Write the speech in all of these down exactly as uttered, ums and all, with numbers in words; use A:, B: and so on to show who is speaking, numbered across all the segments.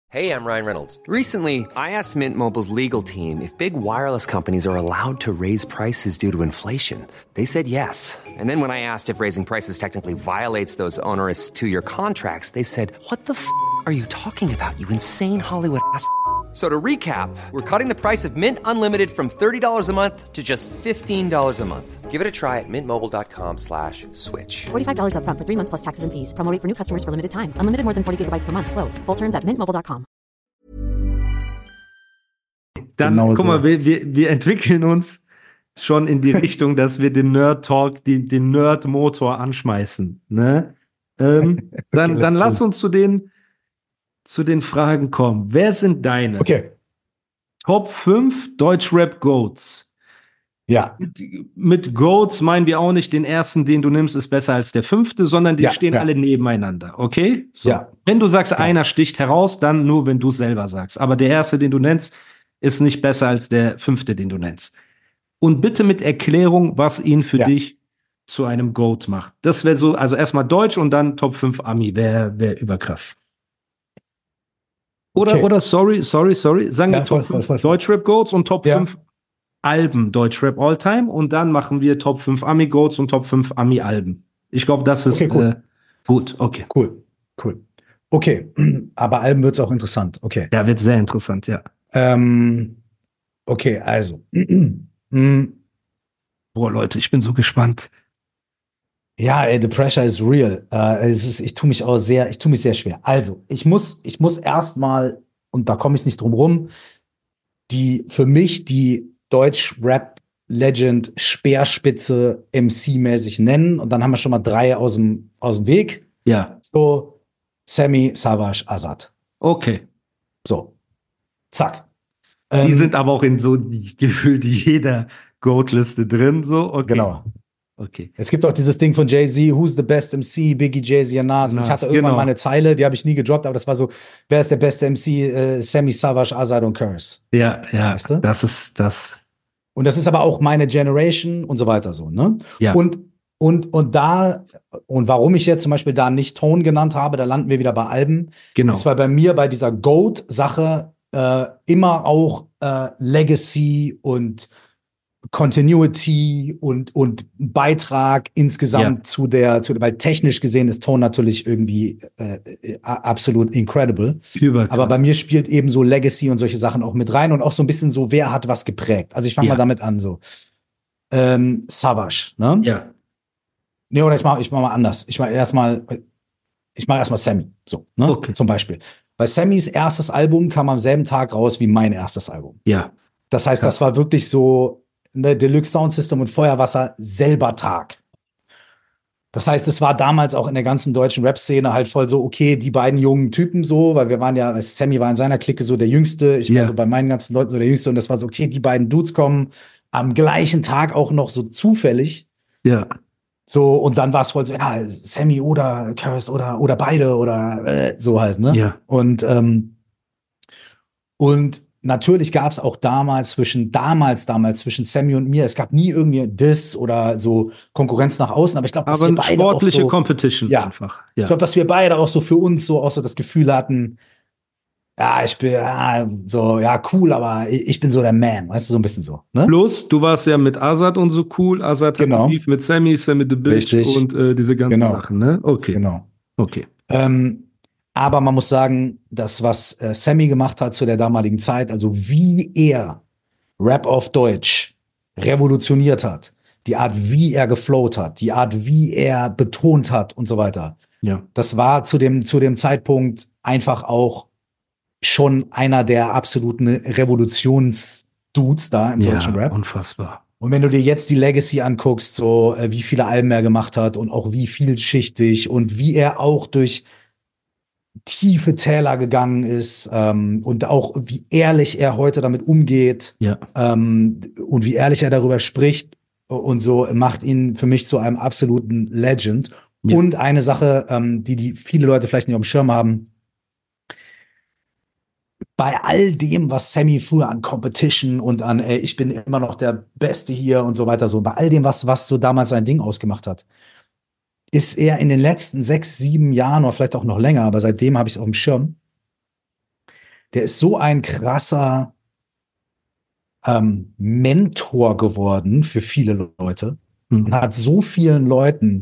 A: Hey, I'm Ryan Reynolds.
B: Recently, I asked Mint Mobile's legal team if big wireless companies are allowed to raise prices due to inflation. They said yes. And then when I asked if raising prices technically violates those onerous two-year contracts, they said, what the f*** are you talking about, you insane Hollywood ass f- So to recap, we're cutting the price of Mint Unlimited from thirty dollars a month to just fifteen dollars a month.
A: Give it a try at mintmobile.com slash switch.
C: forty-five dollars up front for three months plus taxes and fees. Promo rate for new customers for limited time. Unlimited more than forty gigabytes per month. Slows full terms at mint mobile dot com.
D: Dann,
E: Genau
D: guck
E: so.
D: mal, wir, wir, wir entwickeln uns schon in die Richtung, dass wir den Nerd-Talk, den, den Nerd-Motor anschmeißen. Ne? Ähm, dann
E: let's
D: dann
E: go.
D: lass uns zu den, zu den Fragen kommen. Wer sind deine
E: Okay,
D: Top fünf Deutschrap-Goats?
E: ja,
D: Mit, mit Goats meinen wir auch nicht, den ersten, den du nimmst, ist besser als der fünfte, sondern die
E: Ja,
D: stehen
E: ja.
D: alle nebeneinander, okay? So.
E: Ja.
D: Wenn du sagst, einer sticht heraus, dann nur, wenn du es selber sagst. Aber der erste, den du nennst, ist nicht besser als der fünfte, den du nennst. Und bitte mit Erklärung, was ihn für
E: Ja.
D: dich zu einem Goat macht. Das wäre so, also erstmal Deutsch und dann Top fünf Ami, wäre wär Überkraft. Oder,
E: Okay.
D: oder, sorry, sorry, sorry, sagen
E: Ja,
D: wir
E: voll,
D: Top
E: voll,
D: fünf
E: voll, voll.
D: Deutschrap-Goats und Top
E: Ja.
D: fünf Alben Deutschrap Alltime und dann machen wir Top fünf Ami-Goats und Top fünf Ami-Alben. Ich glaube, das ist
E: Okay, cool.
D: äh, gut, okay.
E: cool, cool. Okay, aber Alben wird es auch interessant. Okay.
D: Ja, wird sehr interessant, ja.
E: Ähm, okay, also. Mm,
D: Boah, Leute, ich bin so gespannt.
E: Ja, ey, the pressure is real. Äh, es ist, ich tue mich auch sehr, ich tue mich sehr schwer. Also, ich muss, ich muss erstmal, und da komme ich nicht drum rum, die für mich die Deutsch-Rap-Legend Speerspitze M C-mäßig nennen. Und dann haben wir schon mal drei aus dem, aus dem Weg.
D: Ja,
E: So, Sammy, Savage, Azad.
D: okay.
E: So. Zack.
D: Die
E: Ähm,
D: sind aber auch in so die- gefühlt jeder Goat-Liste drin, so, okay.
E: Genau.
D: Okay.
E: Es gibt auch dieses Ding von Jay-Z, Who's the best M C, Biggie, Jay-Z und Nas. Und ich
D: Nas,
E: hatte irgendwann
D: genau.
E: mal eine Zeile, die habe ich nie gedroppt, aber das war so, wer ist der beste M C? Äh, Sammy, Savage, Azad und Curse.
D: Ja, ja,
E: Weißt du?
D: das ist das.
E: Und das ist aber auch meine Generation und so weiter so, ne?
D: Ja.
E: Und, und, und da, und warum ich jetzt zum Beispiel da nicht Tone genannt habe, da landen wir wieder bei Alben.
D: Genau.
E: Das war bei mir bei dieser Goat-Sache äh, immer auch äh, Legacy und Continuity und, und Beitrag insgesamt
D: Ja.
E: zu der, zu, weil technisch gesehen ist Tone natürlich irgendwie äh, äh, absolut incredible.
D: Überkrass.
E: Aber bei mir spielt eben so Legacy und solche Sachen auch mit rein und auch so ein bisschen so, wer hat was geprägt. Also ich fange
D: Ja.
E: mal damit an, so. Ähm, Savage, ne?
D: Ja,
E: Nee, oder ich mach, ich mach mal anders. Ich mach erstmal, ich mach erstmal Sammy, so, ne?
D: Okay.
E: Zum Beispiel. Weil Sammys erstes Album kam am selben Tag raus wie mein erstes Album.
D: ja,
E: Das heißt,
D: Krass.
E: das war wirklich so ne, Deluxe Sound System und Feuerwasser selber Tag. Das heißt, es war damals auch in der ganzen deutschen Rap-Szene halt voll so, okay, die beiden jungen Typen so, weil wir waren ja, Sammy war in seiner Clique so der Jüngste, ich
D: Ja.
E: war so bei meinen ganzen Leuten so der Jüngste und das war so, okay, die beiden Dudes kommen am gleichen Tag auch noch so zufällig.
D: ja.
E: So, und dann war es voll so, ja, Sammy oder Curse oder, oder beide oder äh, so halt, ne?
D: Ja.
E: Und, ähm, und natürlich gab es auch damals zwischen, damals, damals zwischen Sammy und mir, es gab nie irgendwie Diss oder so Konkurrenz nach außen, aber ich glaube, dass
D: Aber
E: wir
D: eine
E: beide
D: sportliche
E: auch so,
D: Competition
E: Ja.
D: einfach.
E: ich
D: Ja.
E: glaube, dass wir beide auch so für uns so auch so das Gefühl hatten, ja, ich bin ja, so, ja, cool, aber ich, ich bin so der Man, weißt du, so ein bisschen so, ne?
D: Plus, du warst ja mit Azad und so cool. Azad
E: Genau.
D: hat Beef mit Sammy, Sammy the Bitch
E: Richtig.
D: und äh, diese ganzen
E: Genau.
D: Sachen, ne? Okay.
E: Genau.
D: Okay.
E: Ähm, aber man muss sagen, das, was äh, Sammy gemacht hat zu der damaligen Zeit, also wie er Rap auf Deutsch revolutioniert hat, die Art, wie er geflowt hat, die Art, wie er betont hat und so weiter,
D: Ja.
E: das war zu dem, zu dem Zeitpunkt einfach auch schon einer der absoluten Revolutionsdudes da im deutschen
D: Ja,
E: Rap.
D: unfassbar.
E: Und wenn du dir jetzt die Legacy anguckst, so äh, wie viele Alben er gemacht hat und auch wie vielschichtig und wie er auch durch tiefe Täler gegangen ist ähm, und auch wie ehrlich er heute damit umgeht
D: Ja.
E: ähm, und wie ehrlich er darüber spricht und so, macht ihn für mich zu einem absoluten Legend.
D: Ja.
E: Und eine Sache, ähm, die die viele Leute vielleicht nicht auf dem Schirm haben: Bei all dem, was Sammy früher an Competition und an, ey, ich bin immer noch der Beste hier und so weiter, so, bei all dem, was, was so damals sein Ding ausgemacht hat, ist er in den letzten sechs, sieben Jahren oder vielleicht auch noch länger, aber seitdem habe ich es auf dem Schirm, der ist so ein krasser ähm, Mentor geworden für viele Leute
D: Hm.
E: und hat so vielen Leuten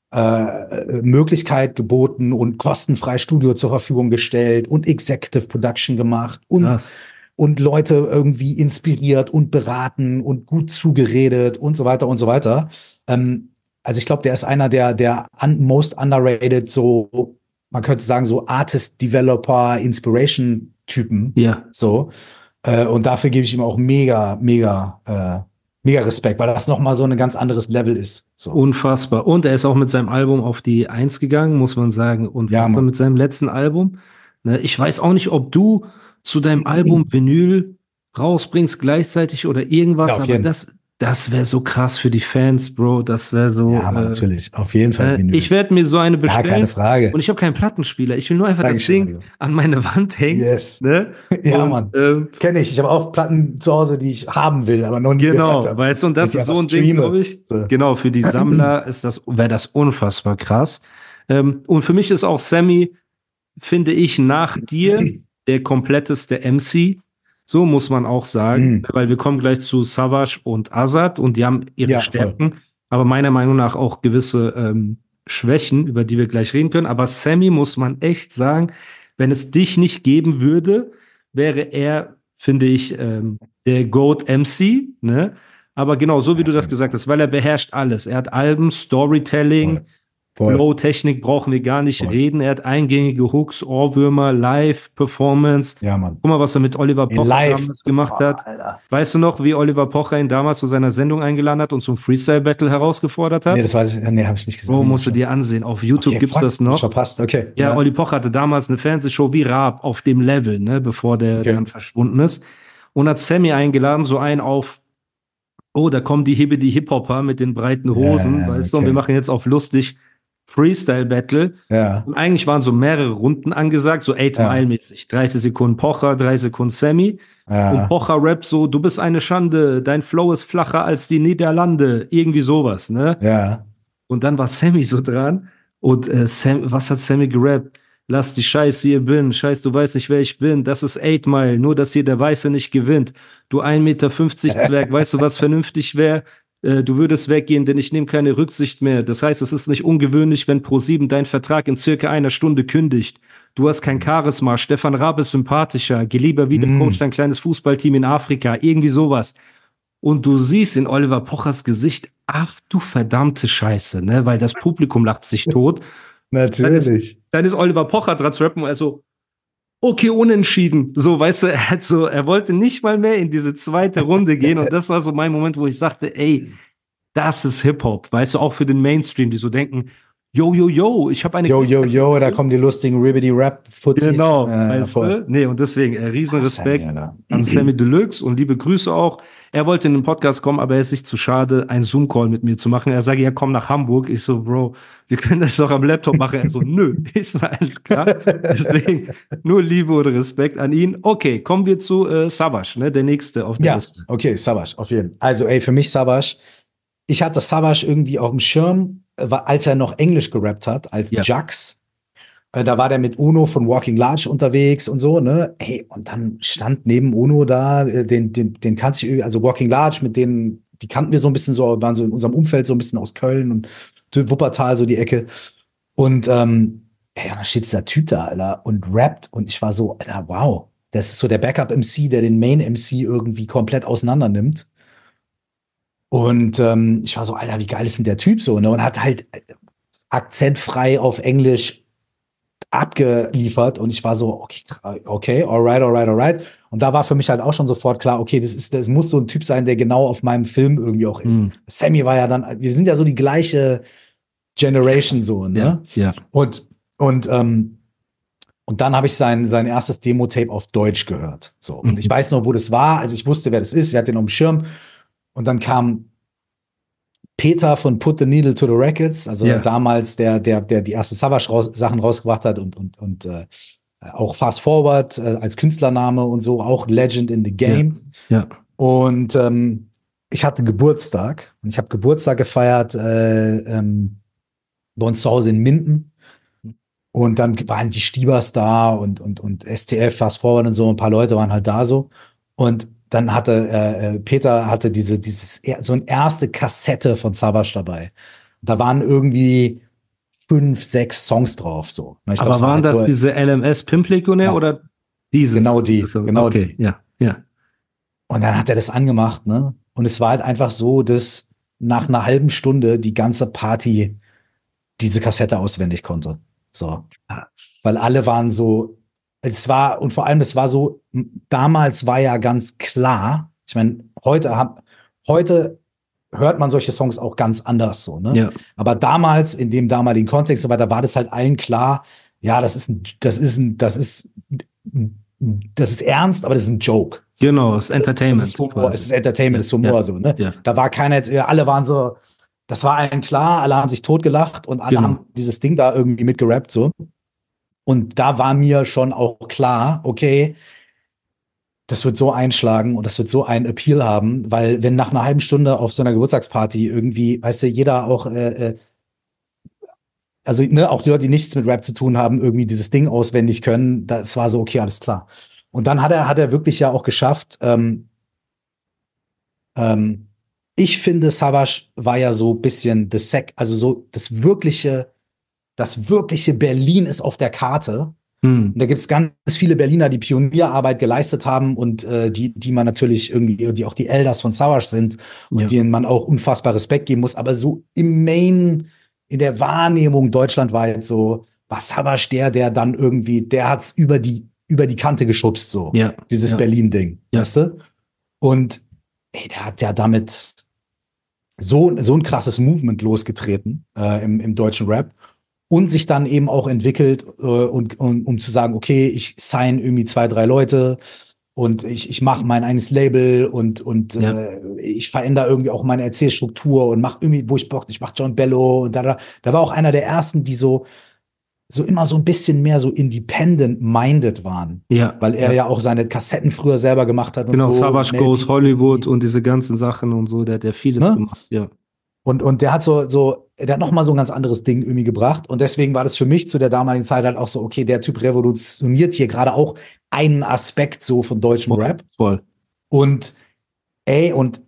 E: äh, Möglichkeit geboten und kostenfrei Studio zur Verfügung gestellt und Executive Production gemacht und,
D: Krass.
E: und Leute irgendwie inspiriert und beraten und gut zugeredet und so weiter und so weiter. Ähm, also ich glaube, der ist einer der, der un most underrated, so, man könnte sagen, so Artist, Developer, Inspiration-Typen.
D: Ja.
E: So. Äh, und dafür gebe ich ihm auch mega, mega, äh, mega Respekt, weil das nochmal so ein ganz anderes Level ist. So.
D: Unfassbar. Und er ist auch mit seinem Album auf die Eins gegangen, muss man sagen. Unfassbar
E: Ja, Mann.
D: mit seinem letzten Album. Ne, ich weiß auch nicht, ob du zu deinem Album Vinyl rausbringst gleichzeitig oder irgendwas,
E: Ja, auf
D: aber
E: jeden.
D: das, das wäre so krass für die Fans, Bro. Das wäre so.
E: Ja, aber
D: äh,
E: natürlich. Auf jeden Fall.
D: äh,
E: Vinyl.
D: ich werde mir so eine
E: Ja,
D: bestellen.
E: keine Frage.
D: Und ich habe keinen Plattenspieler. Ich will nur einfach
E: Dankeschön,
D: das Ding
E: Mario.
D: an meine Wand hängen.
E: Yes.
D: Ne?
E: Ja,
D: Und,
E: Mann.
D: Ähm,
E: Kenne ich. Ich habe auch Platten zu Hause, die ich haben will, aber noch nie
D: Genau,
E: gehört habe.
D: weißt du, und das
E: Ich
D: ist so
E: einfach
D: ein Ding,
E: streame.
D: glaube ich.
E: So.
D: Genau, für die Sammler ist das, wäre das unfassbar krass. Ähm, und für mich ist auch Sammy, finde ich, nach dir der kompletteste M C. So muss man auch sagen,
E: Mhm.
D: weil wir kommen gleich zu Savage und Azad und die haben ihre
E: Ja, voll.
D: Stärken, aber meiner Meinung nach auch gewisse ähm, Schwächen, über die wir gleich reden können. Aber Sammy muss man echt sagen, wenn es dich nicht geben würde, wäre er, finde ich, ähm, der GOAT M C, ne? Aber genau, so wie
E: Ja,
D: du das
E: Sammy.
D: gesagt hast, weil er beherrscht alles. Er hat Alben, Storytelling,
E: Voll. Voll.
D: Flow-Technik brauchen wir gar nicht
E: Voll.
D: reden. Er hat eingängige Hooks, Ohrwürmer, Live-Performance.
E: Ja, Mann.
D: Guck mal, was er mit Oliver
E: Ey,
D: Pocher
E: live.
D: damals gemacht
E: Boah,
D: hat.
E: Alter.
D: Weißt du noch, wie Oliver Pocher ihn damals zu seiner Sendung eingeladen hat und zum Freestyle-Battle herausgefordert hat?
E: Nee, das weiß ich. Nee, habe ich nicht gesehen.
D: Bro, musst du dir ansehen. Auf YouTube
E: Okay,
D: gibt's
E: fuck,
D: das
E: hab ich
D: noch.
E: verpasst. Okay.
D: Ja, Olli Pocher hatte damals eine Fernsehshow wie Raab auf dem Level, ne, bevor der
E: Okay.
D: dann verschwunden ist. Und hat Sammy eingeladen, so einen auf, oh, da kommen die Hibbe, die Hip-Hopper mit den breiten Hosen,
E: Ja,
D: weißt du, und
E: okay.
D: wir machen jetzt auf lustig Freestyle-Battle.
E: Ja.
D: Und eigentlich waren so mehrere Runden angesagt, so eight
E: Ja.
D: Mile mäßig. dreißig Sekunden Pocher, drei Sekunden Sammy. Und
E: Ja.
D: Pocher Rap so, du bist eine Schande, dein Flow ist flacher als die Niederlande. Irgendwie sowas, ne?
E: Ja.
D: Und dann war Sammy so dran. Und äh, Sam, was hat Sammy gerappt? Lass die Scheiße hier bin. Scheiß, du weißt nicht, wer ich bin. Das ist eight Mile. Nur, dass hier der Weiße nicht gewinnt. Du ein Meter fünfzig Zwerg. Weißt du, was vernünftig wäre? Äh, du würdest weggehen, denn ich nehme keine Rücksicht mehr. Das heißt, es ist nicht ungewöhnlich, wenn ProSieben deinen Vertrag in circa einer Stunde kündigt. Du hast kein Charisma. Stefan Raab ist sympathischer. Geh lieber wieder
E: Mm.
D: Coach dein kleines Fußballteam in Afrika. Irgendwie sowas. Und du siehst in Oliver Pochers Gesicht, ach du verdammte Scheiße, ne? Weil das Publikum lacht sich tot.
E: Natürlich.
D: Dann ist Oliver Pocher dran zu rappen und er so, okay, unentschieden. So, weißt du, er hat so, er wollte nicht mal mehr in diese zweite Runde gehen. Und das war so mein Moment, wo ich sagte, ey, das ist Hip-Hop. Weißt du, auch für den Mainstream, die so denken, yo, yo, yo, ich habe eine
E: Yo, yo, yo, da kommen die lustigen Ribbity-Rap-Fuzis.
D: Genau,
E: äh,
D: weißt
E: voll.
D: du? Nee, und deswegen äh, Riesenrespekt
E: Sammy, Alter.
D: an Sammy Deluxe und liebe Grüße auch. Er wollte in den Podcast kommen, aber er ist sich zu schade, einen Zoom-Call mit mir zu machen. Er sage, ja, komm nach Hamburg. Ich so, Bro, wir können das doch am Laptop machen. Er so, nö, ist mir alles klar. Deswegen nur Liebe und Respekt an ihn. Okay, kommen wir zu äh, Savage, ne, der nächste auf der
E: Ja,
D: Liste.
E: okay, Savage, auf jeden Fall. Also, ey, für mich Savage, ich hatte Savage irgendwie auf dem Schirm, äh, war- als er noch Englisch gerappt hat, als
D: Ja.
E: Jax. Äh, Da war der mit Uno von Walking Large unterwegs und so, ne? Hey, und dann stand neben Uno da, äh, den, den, den kannte ich irgendwie, also Walking Large, mit denen, die kannten wir so ein bisschen so, waren so in unserem Umfeld so ein bisschen aus Köln und Wuppertal, so die Ecke. Und ähm, ey, und dann steht dieser Typ da, Alter, und rappt und ich war so, Alter, wow, das ist so der Backup-M C, der den Main-M C irgendwie komplett auseinander nimmt. Und ähm, ich war so, Alter, wie geil ist denn der Typ so, ne? Und hat halt äh, akzentfrei auf Englisch abgeliefert und ich war so, okay, okay, alright, alright, alright. Und da war für mich halt auch schon sofort klar, okay, das ist, das muss so ein Typ sein, der genau auf meinem Film irgendwie auch ist.
D: Mhm.
E: Sammy war ja dann, wir sind ja so die gleiche Generation so, ne?
D: Ja, ja.
E: Und, und, ähm, und dann habe ich sein, sein erstes Demo-Tape auf Deutsch gehört. So. Und
D: Mhm.
E: ich weiß noch, wo das war. Also ich wusste, wer das ist. Ich hatte den auf dem Schirm. Und dann kam Peter von Put the Needle to the Records, also
D: Ja.
E: damals der, der, der die ersten Savage raus, Sachen rausgebracht hat und, und, und äh, auch Fast Forward äh, als Künstlername und so, auch Legend in the Game.
D: Ja.
E: Und ähm, ich hatte Geburtstag und ich habe Geburtstag gefeiert äh, ähm, bei uns zu Hause in Minden. Und dann waren die Stiebers da und, und, und S T F, Fast Forward und so, ein paar Leute waren halt da so. Und dann hatte äh, Peter hatte diese, dieses, so eine erste Kassette von Savage dabei. Da waren irgendwie fünf, sechs Songs drauf, so. Ich
D: Aber
E: glaub,
D: waren
E: halt
D: das
E: so,
D: diese L M S Pimplegionär
E: Ja.
D: oder diese?
E: Genau die, genau
D: okay.
E: die.
D: Ja, ja.
E: Und dann hat er das angemacht, ne? Und es war halt einfach so, dass nach einer halben Stunde die ganze Party diese Kassette auswendig konnte. So. Weil alle waren so, es war, und vor allem, es war so, damals war ja ganz klar, ich meine, heute hab, heute hört man solche Songs auch ganz anders so, ne?
D: Ja.
E: Aber damals, in dem damaligen Kontext und so weiter, war das halt allen klar, ja, das ist ein, das ist ein, das ist, das ist ernst, aber das ist ein Joke.
D: Genau, es ist Entertainment.
E: Es ist Humor,
D: quasi.
E: es ist Entertainment, es ist Humor,
D: Ja.
E: so, ne?
D: Ja.
E: Da war keiner jetzt, alle waren so, das war allen klar, alle haben sich totgelacht und alle
D: Genau.
E: haben dieses Ding da irgendwie mitgerappt, so. Und da war mir schon auch klar, okay, das wird so einschlagen und das wird so einen Appeal haben, weil wenn nach einer halben Stunde auf so einer Geburtstagsparty irgendwie, weißt du, jeder auch, äh, also ne, auch die Leute, die nichts mit Rap zu tun haben, irgendwie dieses Ding auswendig können, das war so, okay, alles klar. Und dann hat er, hat er wirklich ja auch geschafft, ähm, ähm, ich finde, Savage war ja so ein bisschen the sec, also so das wirkliche, das wirkliche Berlin ist auf der Karte.
D: Hm.
E: Und da gibt es ganz viele Berliner, die Pionierarbeit geleistet haben und äh, die, die man natürlich irgendwie, die auch die Elders von Savage sind und
D: Ja.
E: denen man auch unfassbar Respekt geben muss. Aber so im Main, in der Wahrnehmung deutschlandweit so, war Savage der, der dann irgendwie, der hat's über die, über die Kante geschubst, so.
D: Ja.
E: Dieses
D: Ja.
E: Berlin-Ding,
D: Ja.
E: weißt du? Und ey, der hat ja damit so, so ein krasses Movement losgetreten äh, im, im deutschen Rap. Und sich dann eben auch entwickelt, äh, und, und, um zu sagen, okay, ich sign irgendwie zwei, drei Leute und ich, ich mache mein eigenes Label und, und
D: Ja.
E: äh, ich verändere irgendwie auch meine Erzählstruktur und mache irgendwie, wo ich Bock, ich mache John Bello und da, da, da war auch einer der ersten, die so, so immer so ein bisschen mehr so independent-minded waren.
D: Ja.
E: Weil er ja. auch seine Kassetten früher selber gemacht hat und
D: Genau,
E: so.
D: Savage
E: Mel
D: Goes
E: Beats
D: Hollywood
E: irgendwie.
D: und diese ganzen Sachen und so, der hat ja vieles
E: Ne?
D: gemacht. Ja.
E: Und, und der hat so, so, der hat noch mal so ein ganz anderes Ding irgendwie gebracht. Und deswegen war das für mich zu der damaligen Zeit halt auch so, okay, der Typ revolutioniert hier gerade auch einen Aspekt so von deutschem
D: Voll.
E: Rap.
D: Voll.
E: Und ey, und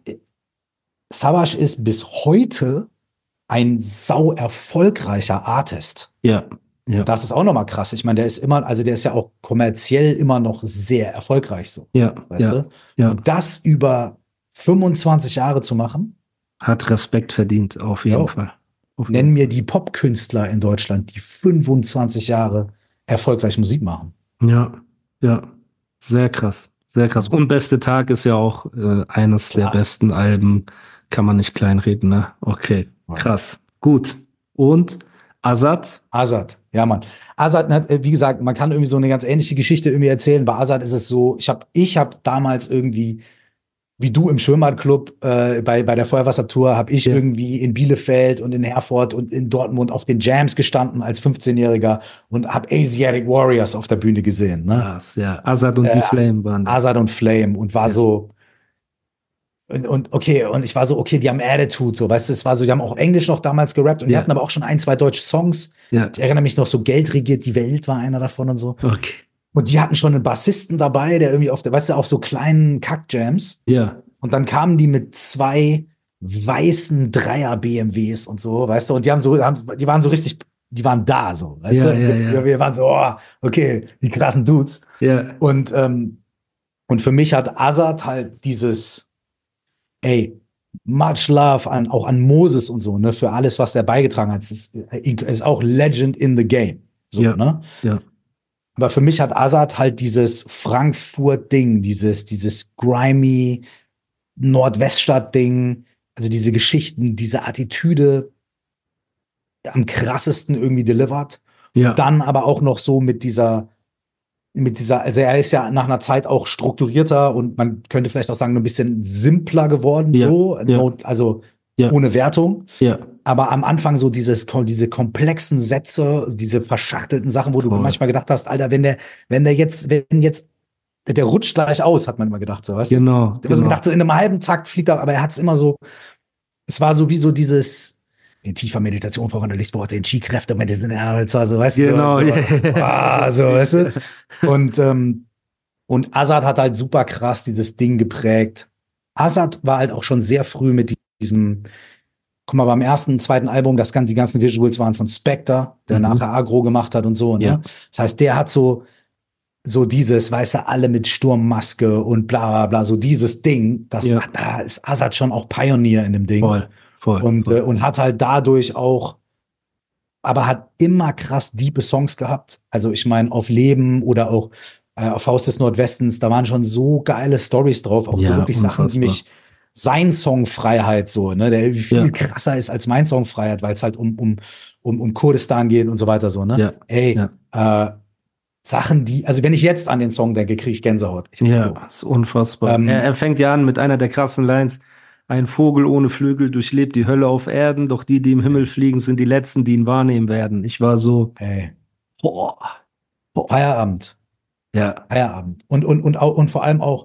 E: Savage ist bis heute ein sau erfolgreicher Artist.
D: Ja. Ja.
E: Das ist auch noch mal krass. Ich meine, der ist immer, also der ist ja auch kommerziell immer noch sehr erfolgreich so.
D: Ja.
E: Weißt
D: Ja.
E: du?
D: Ja.
E: Und das über fünfundzwanzig Jahre zu machen,
D: Hat Respekt verdient, auf jeden
E: Jo.
D: Fall. Auf jeden
E: nenn mir die Popkünstler in Deutschland, die fünfundzwanzig Jahre erfolgreich Musik machen.
D: Ja, ja, sehr krass, sehr krass. Und Beste Tag ist ja auch äh, eines
E: Klar.
D: der besten Alben, kann man nicht kleinreden, ne? Okay,
E: Ja.
D: krass, gut. Und Azad?
E: Azad, ja Mann. Azad, ne, wie gesagt, man kann irgendwie so eine ganz ähnliche Geschichte irgendwie erzählen. Bei Azad ist es so, ich habe ich hab damals irgendwie, wie du im Schwimmbadclub, äh, bei, bei der Feuerwassertour, habe ich
D: Ja.
E: irgendwie in Bielefeld und in Herford und in Dortmund auf den Jams gestanden als fünfzehnjähriger und habe Asiatic Warriors auf der Bühne gesehen. Ne?
D: Krass, ja. Azad und
E: Äh,
D: die Flame waren da.
E: Azad und Flame und war
D: Ja.
E: so und, und okay, und ich war so, okay, die haben Attitude, so, weißt du, es war so, die haben auch Englisch noch damals gerappt und die
D: Ja.
E: hatten aber auch schon ein, zwei deutsche Songs.
D: Ja,
E: Ich erinnere mich noch so, Geld regiert die Welt war einer davon und so.
D: okay.
E: Und die hatten schon einen Bassisten dabei, der irgendwie auf der, weißt du, auf so kleinen Kack-Jams.
D: Ja,
E: Und dann kamen die mit zwei weißen Dreier-B M Ws und so, weißt du, und die haben so, haben, die waren so richtig, die waren da, so, weißt
D: Ja,
E: du?
D: ja,
E: wir,
D: ja.
E: wir- wir waren so, oh, okay, die krassen Dudes.
D: ja,
E: Und, ähm, und für mich hat Azad halt dieses, ey, much love an, auch an Moses und so, ne, für alles, was er beigetragen hat. Es ist, ist auch Legend in the game. So,
D: Ja.
E: ne?
D: ja,
E: Aber für mich hat Azad halt dieses Frankfurt-Ding, dieses, dieses grimy Nordweststadt-Ding, also diese Geschichten, diese Attitüde am krassesten irgendwie delivered.
D: ja.
E: Dann aber auch noch so mit dieser, mit dieser, also er ist ja nach einer Zeit auch strukturierter und man könnte vielleicht auch sagen, ein bisschen simpler geworden,
D: Ja,
E: so,
D: ja.
E: no, also
D: Ja.
E: ohne Wertung.
D: ja.
E: Aber am Anfang so dieses, diese komplexen Sätze, diese verschachtelten Sachen, wo du
D: Voll.
E: manchmal gedacht hast, Alter, wenn der, wenn der jetzt, wenn jetzt, der rutscht gleich aus, hat man immer gedacht, so, weißt du?
D: Genau,
E: Ich habe so
D: genau.
E: gedacht, so in einem halben Takt fliegt er, aber er hat es immer so, es war so wie so dieses, in tiefer Meditation verwandelst, Worte in Chi-Kräfte, Medizin, also, weißt du,
D: Genau,
E: so,
D: ja.
E: ah, so, weißt du? Und, ähm, und Azad hat halt super krass dieses Ding geprägt. Azad war halt auch schon sehr früh mit diesem, guck mal, beim ersten, zweiten Album, das ganze, die ganzen Visuals waren von Spectre, der
D: Mhm.
E: nachher Agro gemacht hat und so, ne?
D: Ja.
E: Das heißt, der hat so, so dieses, weißt du, alle mit Sturmmaske und bla, bla, bla, so dieses Ding, das,
D: Ja.
E: da ist Azad schon auch Pionier in dem Ding.
D: Voll, voll.
E: Und,
D: voll.
E: äh, und hat halt dadurch auch, aber hat immer krass diepe Songs gehabt. Also ich meine, auf Leben oder auch äh, auf Haus des Nordwestens, da waren schon so geile Stories drauf, auch so
D: Ja,
E: wirklich Sachen, die
D: unfassbar.
E: mich, sein Song Freiheit so, ne, der viel
D: Ja.
E: krasser ist als mein Song Freiheit, weil es halt um, um, um, um Kurdistan geht und so weiter so, ne?
D: Ja.
E: Ey,
D: Ja.
E: äh, Sachen, die, also wenn ich jetzt an den Song denke, kriege ich Gänsehaut. Ich,
D: Ja,
E: so.
D: ist unfassbar.
E: Ähm,
D: er, er fängt ja an mit einer der krassen Lines. Ein Vogel ohne Flügel durchlebt die Hölle auf Erden, doch die, die im Himmel fliegen, sind die Letzten, die ihn wahrnehmen werden. Ich war so,
E: Ey,
D: boah, boah.
E: Feierabend.
D: Ja,
E: Feierabend. Und, und, und, auch, und vor allem auch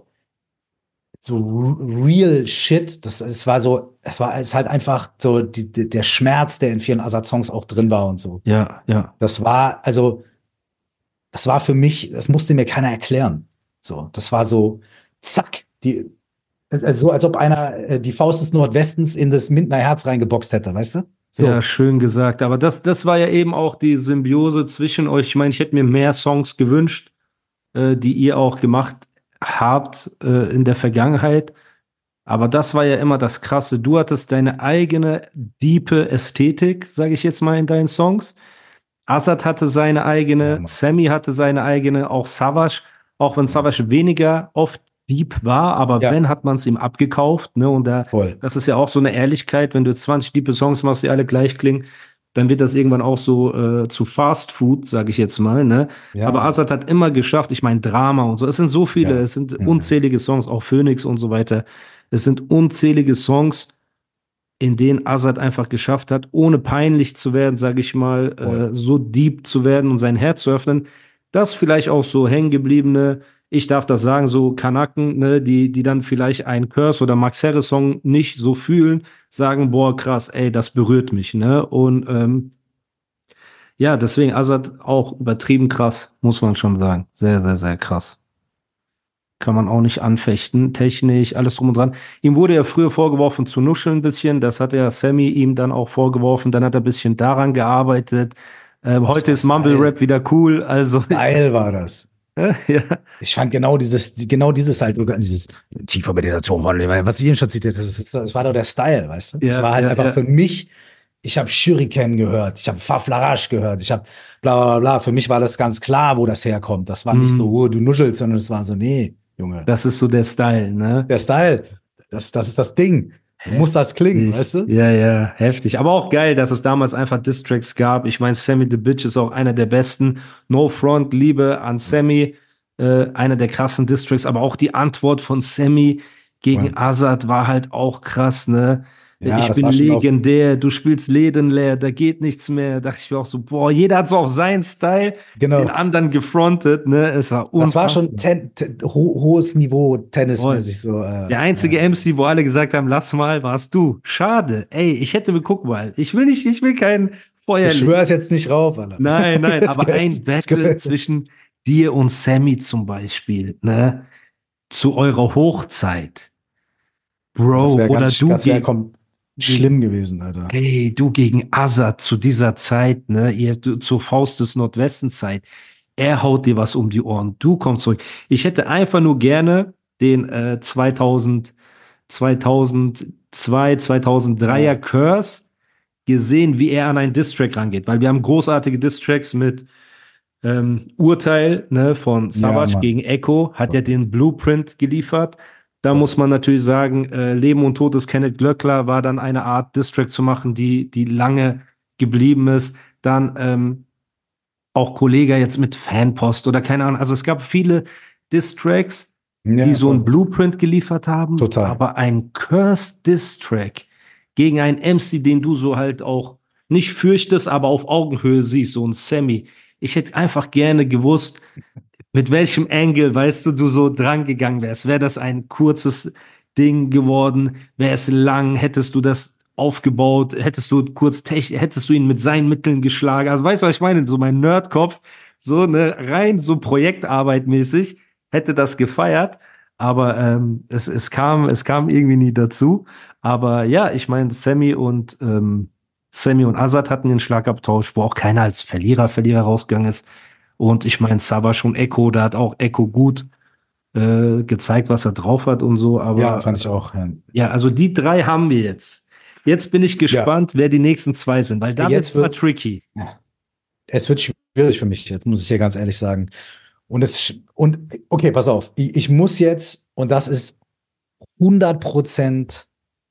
E: so real shit. Das, es war so, es war es halt einfach so die, die, der Schmerz, der in vielen Azad-Songs auch drin war und so.
D: ja, ja.
E: Das war, also, das war für mich, das musste mir keiner erklären. So, das war so, zack, die, also so, als ob einer äh, die Faust des Nordwestens in das Mindener Herz reingeboxt hätte, weißt du? So.
D: Ja, schön gesagt. Aber das, das war ja eben auch die Symbiose zwischen euch. Ich meine, ich hätte mir mehr Songs gewünscht, äh, die ihr auch gemacht habt äh, in der Vergangenheit. Aber das war ja immer das Krasse. Du hattest deine eigene diepe Ästhetik, sage ich jetzt mal, in deinen Songs. Azad hatte seine eigene,
E: Ja, Mann.
D: Sammy hatte seine eigene, auch Savage. Auch wenn Savage weniger oft deep war, aber
E: Ja.
D: wenn, hat man es ihm abgekauft. Ne? Und da,
E: Voll.
D: das ist ja auch so eine Ehrlichkeit, wenn du zwanzig diepe Songs machst, die alle gleich klingen, dann wird das irgendwann auch so äh, zu Fast Food, sage ich jetzt mal. Ne?
E: Ja.
D: Aber Azad hat immer geschafft, ich meine Drama und so, es sind so viele,
E: Ja.
D: es sind
E: Ja.
D: unzählige Songs, auch Phoenix und so weiter. Es sind unzählige Songs, in denen Azad einfach geschafft hat, ohne peinlich zu werden, sage ich mal,
E: Voll.
D: äh, so deep zu werden und sein Herz zu öffnen, dass vielleicht auch so hängengebliebene, ich darf das sagen, so Kanaken, ne, die, die dann vielleicht einen Curse oder Max Herre Song nicht so fühlen, sagen, boah, krass, ey, das berührt mich, ne? Und ähm, ja, deswegen Azad auch übertrieben krass, muss man schon sagen. Sehr, sehr, sehr krass. Kann man auch nicht anfechten, technisch, alles drum und dran. Ihm wurde ja früher vorgeworfen zu nuscheln ein bisschen, das hat ja Sammy ihm dann auch vorgeworfen, dann hat er ein bisschen daran gearbeitet. Ähm, heute
E: war
D: ist Mumble
E: Style.
D: Rap wieder cool, also
E: Geil war das.
D: ja,
E: Ich fand genau dieses, genau dieses halt, sogar dieses tiefer Meditation, was ich eben schon zitiert, das, ist, das war doch der Style, weißt du?
D: Ja,
E: das war halt
D: ja,
E: einfach
D: ja.
E: für mich, ich habe Shuriken gehört, ich habe Faflarage gehört, ich habe bla bla bla. Für mich war das ganz klar, wo das herkommt. Das war nicht
D: Mhm.
E: so, oh, du nuschelst, sondern es war so, nee, Junge.
D: das ist so der Style, ne?
E: Der Style, das, das ist das Ding. Du musst das klingen, weißt du?
D: Ja, ja, heftig. Aber auch geil, dass es damals einfach Distracks gab. Ich meine, Sammy the Bitch ist auch einer der besten. No Front, Liebe an Sammy, äh, einer der krassen Distracks. Aber auch die Antwort von Sammy gegen
E: Ja.
D: Azad war halt auch krass, ne?
E: Ja,
D: ich
E: das
D: bin
E: war schon auf-
D: legendär, du spielst Läden leer, da geht nichts mehr. Da dachte ich mir auch so, boah, jeder hat so auf seinen Style
E: Genau.
D: den anderen gefrontet, ne? Es war
E: Das war
D: unfassbar.
E: schon ten, ten, ho hohes Niveau, tennismäßig so. Äh,
D: Der einzige
E: äh,
D: M C, wo alle gesagt haben, lass mal, warst du. Schade. Ey, ich hätte mir, guck mal, ich will nicht, ich will kein Feuer.
E: Ich schwöre es jetzt nicht rauf, Alter.
D: Nein, nein,
E: Jetzt
D: aber
E: geht's,
D: ein
E: jetzt
D: Battle
E: geht's.
D: zwischen dir und Sammy zum Beispiel, ne? Zu eurer Hochzeit. Bro,
E: Das wäre
D: oder
E: ganz,
D: du
E: das wär
D: gegen,
E: kom- schlimm gewesen, Alter.
D: ey, du gegen Azad zu dieser Zeit, ne? Ihr, du, zur Faust des Nordwestenzeit. Er haut dir was um die Ohren. Du kommst zurück. Ich hätte einfach nur gerne den äh, zweitausend, zweitausendzwei, zweitausenddreier
E: Ja.
D: Curse gesehen, wie er an einen Distrack rangeht. Weil wir haben großartige Distracks mit ähm, Urteil, ne, von Savage
E: Mann.
D: gegen Echo, hat ja den Blueprint geliefert. Da muss man natürlich sagen, äh, Leben und Tod des Kenneth Glöckler war dann eine Art Distrack zu machen, die, die lange geblieben ist. Dann ähm, auch Kollega jetzt mit Fanpost oder keine Ahnung. Also es gab viele Distracks,
E: Ja,
D: die so
E: voll.
D: ein Blueprint geliefert haben.
E: Total.
D: Aber ein Cursed Distrack gegen einen M C, den du so halt auch nicht fürchtest, aber auf Augenhöhe siehst, so ein Sammy. Ich hätte einfach gerne gewusst, mit welchem Angle, weißt du, du so dran gegangen wärst. Wäre das ein kurzes Ding geworden? Wäre es lang? Hättest du das aufgebaut, hättest du kurz, tech, hättest du ihn mit seinen Mitteln geschlagen. Also weißt du, was ich meine? So mein Nerdkopf, so ne, rein so Projektarbeit mäßig, hätte das gefeiert. Aber ähm, es, es, kam, es kam irgendwie nie dazu. Aber ja, ich meine, Sammy und ähm, Sammy und Azad hatten den Schlagabtausch, wo auch keiner als Verlierer, Verlierer rausgegangen ist. Und ich meine, Savage und Echo, da hat auch Echo gut äh, gezeigt, was er drauf hat und so. Aber
E: Ja, fand ich auch. Ja,
D: ja, also die drei haben wir jetzt. Jetzt bin ich gespannt, wer die nächsten zwei sind, weil da
E: Jetzt
D: wird es mal
E: wird's-
D: tricky.
E: Es wird schwierig für mich jetzt, muss ich hier ganz ehrlich sagen. Und es, und, okay, pass auf. Ich, ich muss jetzt, und das ist hundert Prozent.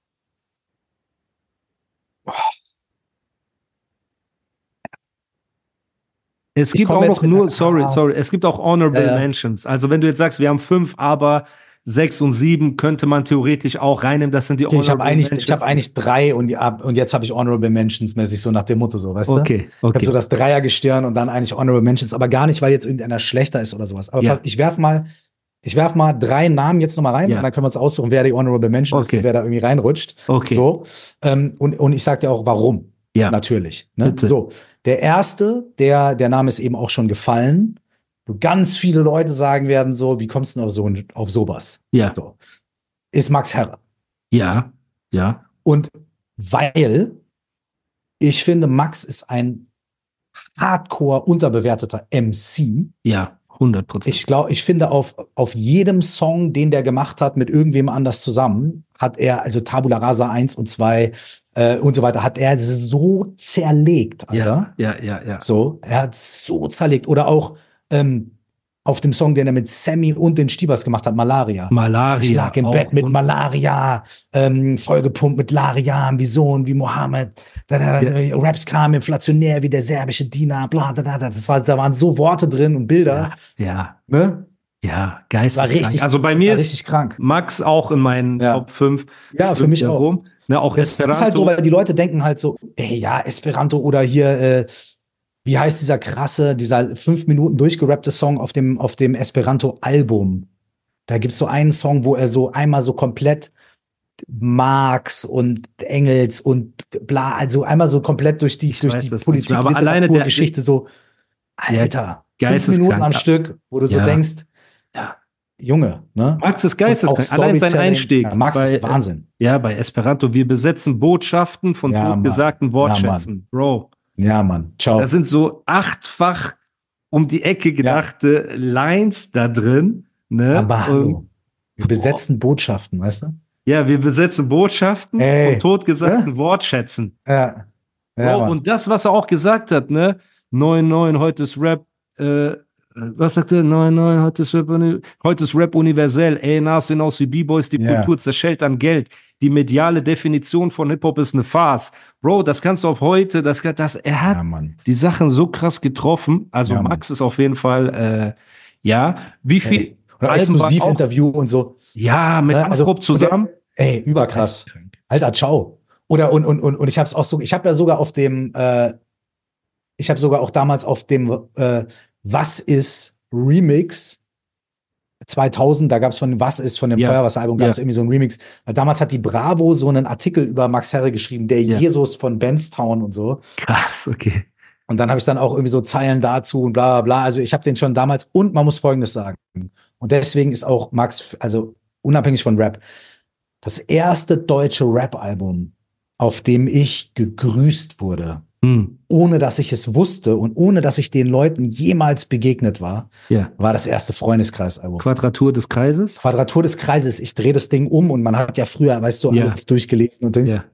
D: Es
E: Ich
D: gibt
E: komm
D: auch
E: jetzt
D: noch
E: mit
D: nur,
E: einer-
D: sorry,
E: ah.
D: sorry, es gibt auch Honorable
E: Ja, ja.
D: Mentions. Also wenn du jetzt sagst, wir haben fünf, aber sechs und sieben könnte man theoretisch auch reinnehmen. Das sind die
E: Okay, ich habe
D: Honorable
E: eigentlich,
D: Mentions.
E: ich habe eigentlich drei und, die, ab- und jetzt habe ich Honorable Mentions mäßig so nach dem Motto so, weißt du?
D: Okay,
E: Ich habe
D: okay.
E: so das Dreiergestirn und dann eigentlich Honorable Mentions, aber gar nicht, weil jetzt irgendeiner schlechter ist oder sowas. Aber
D: Ja.
E: pass, ich werf mal, ich werf mal drei Namen jetzt nochmal rein
D: Ja.
E: und dann können wir uns aussuchen, wer die Honorable Mention ist
D: Okay.
E: und wer da irgendwie reinrutscht.
D: Okay.
E: So. Ähm, und, und ich sag dir auch, warum.
D: Ja.
E: Natürlich. Ne?
D: Bitte.
E: So. Der erste, der, der Name ist eben auch schon gefallen, wo ganz viele Leute sagen werden, so, wie kommst du denn auf so, auf sowas?
D: Ja.
E: So. Ist Max Herre.
D: Ja. Ja.
E: Und weil ich finde, Max ist ein hardcore unterbewerteter M C.
D: Ja. hundert Prozent.
E: Ich glaube, ich finde, auf, auf jedem Song, den der gemacht hat mit irgendwem anders zusammen, hat er, also Tabula Rasa eins und zwei äh, und so weiter, hat er so zerlegt, Alter.
D: Ja. Ja. Ja. Ja.
E: So, er hat so zerlegt. Oder auch ähm, auf dem Song, den er mit Sammy und den Stiebers gemacht hat, Malaria.
D: Malaria.
E: Ich lag im
D: auch
E: Bett mit
D: und-
E: Malaria, ähm, vollgepumpt mit Larian, wie Sohn, wie Mohammed. Da, da, da, Raps kamen inflationär wie der serbische Diener, bla, da, da, da. Das war, da waren so Worte drin und Bilder.
D: Ja. Ja.
E: Ne?
D: Ja.
E: Das war
D: Geisteskrank.
E: richtig,
D: Also bei
E: das
D: mir
E: war
D: ist
E: richtig krank.
D: Max auch in meinen
E: Ja.
D: Top fünf.
E: Ja, für mich auch.
D: Rum. Ne, auch
E: Das
D: Esperanto.
E: ist halt so, weil die Leute denken halt so, ey, ja, Esperanto oder hier, äh, wie heißt dieser krasse, dieser fünf Minuten durchgerappte Song auf dem, auf dem Esperanto-Album? Da gibt's so einen Song, wo er so einmal so komplett Marx und Engels und bla, also einmal so komplett durch die,
D: Ich
E: durch
D: weiß
E: die
D: das nicht
E: Politik,
D: mehr, aber alleine
E: Literatur,
D: der-
E: Geschichte so, Alter, fünf
D: geisteskrank.
E: Minuten am Stück, wo du so
D: Ja.
E: denkst,
D: Ja.
E: Junge, ne?
D: Max ist
E: Und auch
D: geisteskrank. Allein sein
E: Storytelling.
D: Einstieg.
E: Ja, Max
D: bei,
E: ist Wahnsinn.
D: Ja, bei Esperanto. Wir besetzen Botschaften von
E: Ja, Mann.
D: totgesagten
E: Ja,
D: Wortschätzen. Bro,
E: Ja, Mann, ciao.
D: das sind so achtfach um die Ecke gedachte Lines da drin. Ne?
E: Aber hallo,
D: Und,
E: wir besetzen Botschaften, weißt du?
D: ja, wir besetzen Botschaften
E: Ey.
D: von totgesagten
E: Ja.
D: Wortschätzen.
E: Ja. Ja,
D: Bro,
E: Mann.
D: und das, was er auch gesagt hat, ne? neun neun, heute ist Rap, äh, was sagt er? neun neun, heute ist Rap, uni- heute ist Rap universell. Ey, Nas sehen aus wie B-Boys, die
E: Ja.
D: Kultur zerschellt an Geld. Die mediale Definition von Hip-Hop ist eine Farce. Bro, das kannst du auf heute, das, das, er hat
E: Ja, Mann.
D: die Sachen so krass getroffen. Also
E: Ja, Mann.
D: Max ist auf jeden Fall, äh, ja, wie viel
E: Ey. Oder
D: Alben waren auch-
E: Exklusivinterview und so.
D: Ja, mit
E: Ne?
D: Afrop zusammen.
E: Ey, überkrass. Alter, ciao. Oder und, und, und, und ich hab's auch so, ich habe ja sogar auf dem, äh, ich habe sogar auch damals auf dem äh, Was ist Remix zweitausend, da gab's von Was ist von dem
D: Ja.
E: Feuerwasser-Album, gab's
D: Ja.
E: irgendwie so einen Remix. Weil damals hat die Bravo so einen Artikel über Max Herre geschrieben, der
D: Ja.
E: Jesus von Benstown und so.
D: Krass, okay.
E: Und dann habe ich dann auch irgendwie so Zeilen dazu und bla bla bla. Also ich habe den schon damals, und man muss Folgendes sagen. Und deswegen ist auch Max, also unabhängig von Rap, das erste deutsche Rap-Album, auf dem ich gegrüßt wurde,
D: Hm.
E: ohne dass ich es wusste und ohne dass ich den Leuten jemals begegnet war,
D: Ja.
E: war das erste Freundeskreisalbum.
D: Quadratur des Kreises.
E: Quadratur des Kreises, ich drehe das Ding um und man hat ja früher, weißt du,
D: Ja.
E: alles durchgelesen und Dings.
D: Ja.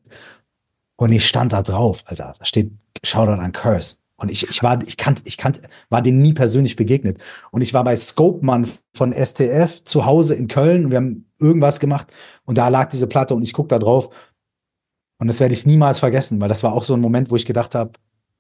E: Und ich stand da drauf, Alter. Da steht Shoutout an Curse. Und ich, ich war, ich kannte, ich kannte, war denen nie persönlich begegnet. Und ich war bei Scopeman von S T F zu Hause in Köln und wir haben irgendwas gemacht und da lag diese Platte und ich guck da drauf. Und das werde ich niemals vergessen, weil das war auch so ein Moment, wo ich gedacht habe,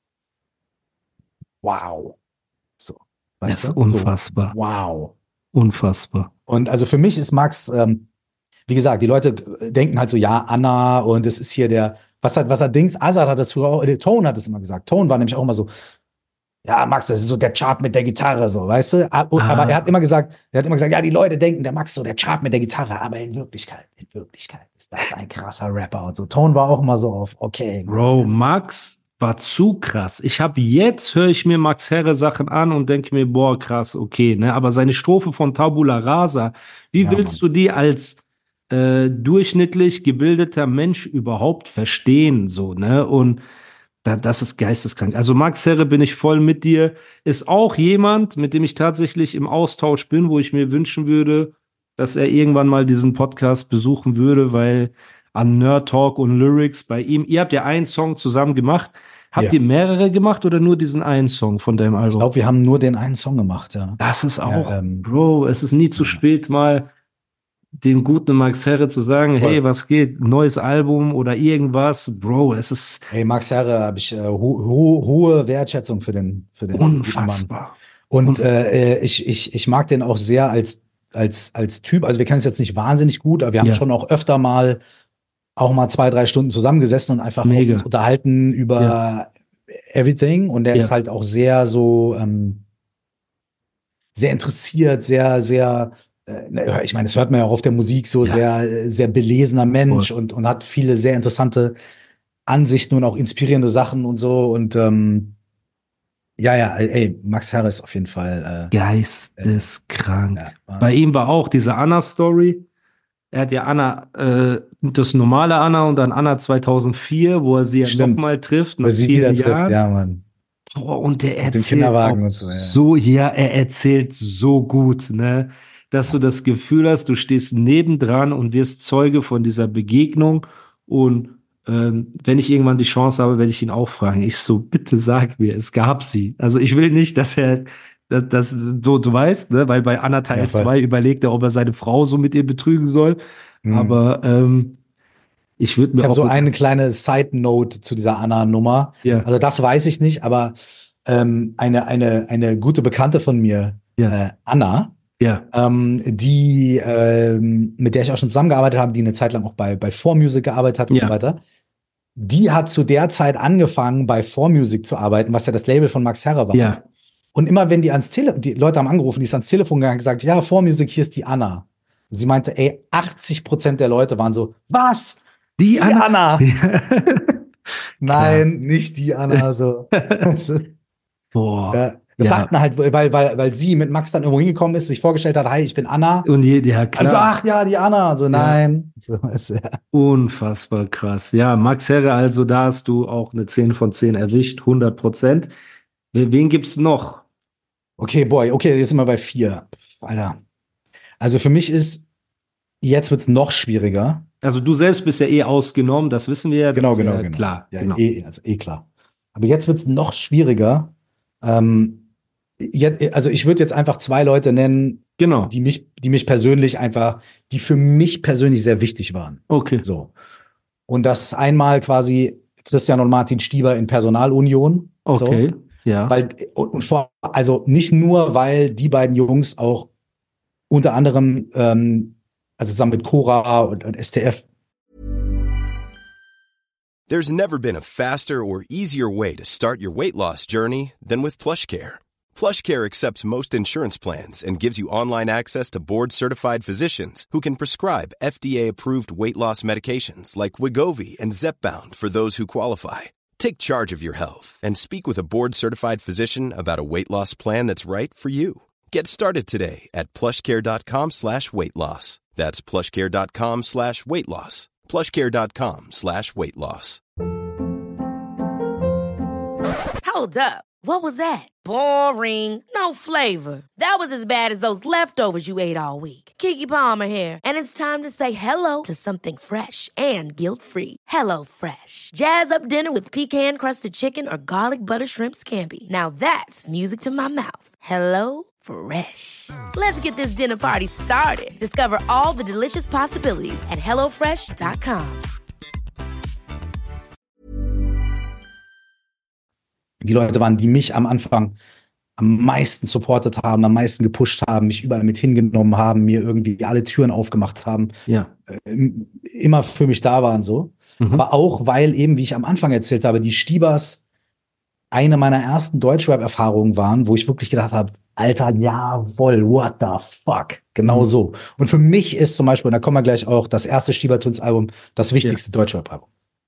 E: wow. So.
D: Das
E: Weißt
D: ist
E: du?
D: unfassbar.
E: So, wow.
D: Unfassbar.
E: Und also für mich ist Max, ähm, wie gesagt, die Leute denken halt so, ja, Anna und es ist hier der, was hat, was hat Dings, Azad hat das früher auch, der Tone hat es immer gesagt. Tone war nämlich auch immer so, ja, Max, das ist so der Chart mit der Gitarre, so, weißt du? Aber
D: Ah.
E: er hat immer gesagt, er hat immer gesagt, ja, die Leute denken, der Max so der Chart mit der Gitarre, aber in Wirklichkeit, in Wirklichkeit ist das ein krasser Rapper und so. Tone war auch immer so auf, okay.
D: Bro, Max war zu krass. Ich habe jetzt, höre ich mir Max Herre Sachen an und denke mir, boah, krass, okay, ne? Aber seine Strophe von Tabula Rasa, wie
E: Ja,
D: willst du die als äh, durchschnittlich gebildeter Mensch überhaupt verstehen, so, ne? Und da, das ist geisteskrank. Also Max Herre, bin ich voll mit dir. Ist auch jemand, mit dem ich tatsächlich im Austausch bin, wo ich mir wünschen würde, dass er irgendwann mal diesen Podcast besuchen würde, weil an Nerd Talk und Lyrics bei ihm, ihr habt ja einen Song zusammen gemacht. Habt
E: Ja.
D: ihr mehrere gemacht oder nur diesen einen Song von deinem
E: Ich
D: Album?
E: glaube, wir haben nur den einen Song gemacht, ja.
D: Das ist auch,
E: Ja, ähm,
D: Bro, es ist nie zu
E: ja.
D: spät, mal dem guten Max Herre zu sagen,
E: Voll.
D: hey, was geht, neues Album oder irgendwas. Bro, es ist
E: Ey, Max Herre, habe ich äh, ho ho hohe Wertschätzung für den, für den guten Mann.
D: unfassbar.
E: Und
D: Und-
E: äh, ich, ich, ich mag den auch sehr als, als, als Typ. Also wir kennen es jetzt nicht wahnsinnig gut, aber wir haben
D: Ja.
E: schon auch öfter mal auch mal zwei, drei Stunden zusammengesessen und einfach
D: Mega.
E: uns unterhalten über
D: Ja.
E: everything. Und der
D: Ja.
E: ist halt auch sehr so ähm, sehr interessiert, sehr, sehr, äh, ich meine, das hört man ja auch auf der Musik, so
D: Ja.
E: sehr, sehr belesener Mensch
D: Voll.
E: und, und hat viele sehr interessante Ansichten und auch inspirierende Sachen und so. Und ähm, ja, ja, ey, Max Herre ist auf jeden Fall äh,
D: Geisteskrank.
E: ja, war-
D: Bei ihm war auch diese Anna-Story. Er hat ja Anna, äh, das normale Anna und dann Anna zweitausendvier, wo er sie ja
E: Stimmt.
D: nochmal trifft, nach
E: weil sie wieder
D: vielen
E: trifft,
D: Jahren.
E: ja, Mann.
D: Boah, und der
E: Mit dem
D: erzählt
E: Kinderwagen
D: auch
E: und so, ja.
D: so, ja, er erzählt so gut, ne, dass du das Gefühl hast, du stehst nebendran und wirst Zeuge von dieser Begegnung. Und ähm, wenn ich irgendwann die Chance habe, werde ich ihn auch fragen. Ich so, bitte sag mir, es gab sie. Also ich will nicht, dass er das, das so, du weißt, ne, weil bei Anna Teil
E: Ja, voll.
D: zwei überlegt er, ob er seine Frau so mit ihr betrügen soll.
E: Mhm.
D: Aber ähm, ich würde mir
E: Ich habe
D: auch
E: so eine kleine Side-Note zu dieser Anna-Nummer.
D: Ja.
E: Also das weiß ich nicht, aber ähm, eine, eine, eine gute Bekannte von mir,
D: Ja.
E: äh, Anna,
D: ja,
E: ähm, die, ähm, mit der ich auch schon zusammengearbeitet habe, die eine Zeit lang auch bei, bei four Music gearbeitet hat und
D: Ja.
E: so weiter. Die hat zu der Zeit angefangen, bei four Music zu arbeiten, was ja das Label von Max Herre war.
D: ja,
E: Und immer wenn die ans Telefon, die Leute haben angerufen, die ist ans Telefon gegangen und gesagt, ja, four Music, hier ist die Anna. Und sie meinte, ey, achtzig Prozent der Leute waren so, was?
D: die,
E: Die
D: Anna.
E: Anna? Nein, nicht die Anna, so. Weißt du?
D: Boah.
E: Ja, das
D: Ja.
E: dachten halt, weil, weil, weil sie mit Max dann irgendwo hingekommen ist, sich vorgestellt hat, hi, ich bin Anna.
D: Und je, ja, klar.
E: Also, ach ja, die Anna. So, nein. So, weißt du, ja.
D: Unfassbar krass. Ja, Max Herre, also da hast du auch eine zehn von zehn erwischt, hundert Prozent. Wen gibt's noch?
E: Okay, boy, okay, jetzt sind wir bei vier. Alter. Also für mich ist, jetzt wird's noch schwieriger.
D: Also du selbst bist ja eh ausgenommen, das wissen wir ja. das
E: Genau,
D: ist
E: genau,
D: ja
E: genau.
D: Klar,
E: Ja,
D: genau.
E: eh, also eh klar. Aber jetzt wird's noch schwieriger. Ähm, jetzt, also ich würde jetzt einfach zwei Leute nennen,
D: Genau.
E: die mich, die mich persönlich einfach, die für mich persönlich sehr wichtig waren.
D: Okay.
E: So. Und das ist einmal quasi Christian und Martin Stieber in Personalunion.
D: Okay.
E: So.
D: Ja.
E: Weil, und, und vor, also nicht nur, weil die beiden Jungs auch unter anderem, ähm, also zusammen mit Cora und, und S T F.
F: There's never been a faster or easier way to start your weight loss journey than with PlushCare. PlushCare accepts most insurance plans and gives you online access to board-certified physicians who can prescribe F D A-approved weight loss medications like Wegovy and Zepbound for those who qualify. Take charge of your health and speak with a board-certified physician about a weight loss plan that's right for you. Get started today at plushcare.com slash weight loss. That's plushcare.com slash weight loss. plushcare.com slash weight loss.
G: Hold up. What was that? Boring. No flavor. That was as bad as those leftovers you ate all week. Keke Palmer here, and it's time to say hello to something fresh and guilt-free. Hello Fresh. Jazz up dinner with pecan-crusted chicken or garlic butter shrimp scampi. Now that's music to my mouth. Hello Fresh. Let's get this dinner party started. Discover all the delicious possibilities at hello fresh dot com.
E: Die Leute waren, die mich am Anfang am meisten supportet haben, am meisten gepusht haben, mich überall mit hingenommen haben, mir irgendwie alle Türen aufgemacht haben,
D: Ja.
E: ähm, immer für mich da waren so.
D: Mhm.
E: Aber auch, weil eben, wie ich am Anfang erzählt habe, die Stiebers eine meiner ersten Deutschrap-Erfahrungen waren, wo ich wirklich gedacht habe, Alter, jawohl, what the fuck? Genau
D: Mhm.
E: so. Und für mich ist zum Beispiel, und da kommen wir gleich auch, das erste Stiebertunes-Album das wichtigste Deutschrap-Album.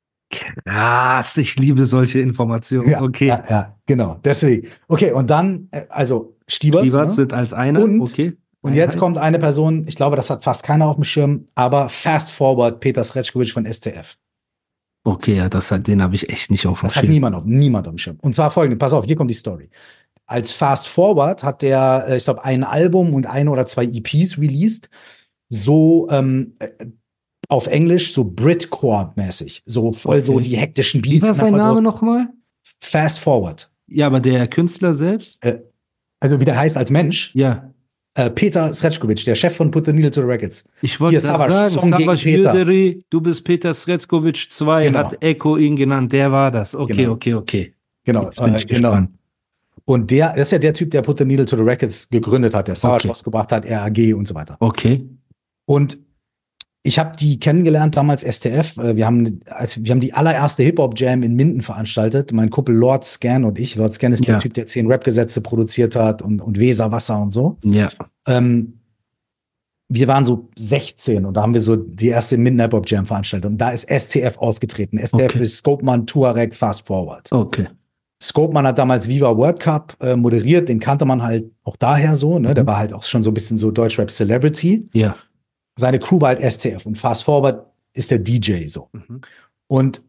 D: Krass, ich liebe solche Informationen.
E: Ja,
D: okay.
E: ja, ja, genau. Deswegen. Okay, und dann, äh, also Stiebers.
D: Stiebers
E: ne?
D: sind als einer,
E: Und,
D: okay.
E: und jetzt
D: Einheit.
E: kommt eine Person, ich glaube, das hat fast keiner auf dem Schirm, aber Fast Forward, Peter Srećković von S T F.
D: Okay, ja, das hat, den habe ich echt nicht auf dem
E: Das hat
D: Schirm.
E: niemand auf, niemand auf dem Schirm. Und zwar folgende, pass auf, hier kommt die Story. Als Fast Forward hat der, äh, ich glaube, ein Album und eine oder zwei E Ps released, so ähm, äh, auf Englisch, so Britcore-mäßig, so voll
D: Okay.
E: so die hektischen
D: Wie
E: Beats.
D: war sein
E: voll
D: Name
E: so
D: nochmal?
E: Fast Forward.
D: Ja, aber der Künstler selbst?
E: Äh, also wie der heißt als Mensch,
D: Ja.
E: äh, Peter Srećković, der Chef von Put the Needle to the Records.
D: Ich wollte
E: Hier,
D: gerade
E: Savage,
D: sagen,
E: Song gegen
D: Savage
E: Peter.
D: Yıldırı, du bist Peter Srećković zwei,
E: Genau.
D: hat Echo ihn genannt, der war das. Okay,
E: Genau.
D: okay, okay.
E: Genau,
D: Jetzt bin
E: äh,
D: ich
E: genau.
D: gespannt.
E: Und der, das ist ja der Typ, der Put the Needle to the Records gegründet hat, der Savage
D: Okay.
E: rausgebracht hat, R A G und so weiter.
D: Okay.
E: Und ich habe die kennengelernt damals S T F. Äh, Wir haben, also wir haben die allererste Hip-Hop-Jam in Minden veranstaltet. Mein Kumpel Lord Scan und ich. Lord Scan ist
D: Ja.
E: der Typ, der zehn Rap-Gesetze produziert hat und, und Weserwasser und so.
D: Ja.
E: Ähm, wir waren so sechzehn und da haben wir so die erste Minden Hip-Hop-Jam veranstaltet. Und da ist S T F aufgetreten. S T F
D: Okay.
E: ist Scopeman, Tuareg, Fast Forward.
D: Okay.
E: Scopeman hat damals Viva World Cup äh, moderiert. Den kannte man halt auch daher so. Ne? Der
D: Mhm.
E: war halt auch schon so ein bisschen so Deutschrap-Celebrity.
D: Ja.
E: Seine Crew war halt S T F und Fast Forward ist der D J so.
D: Mhm.
E: Und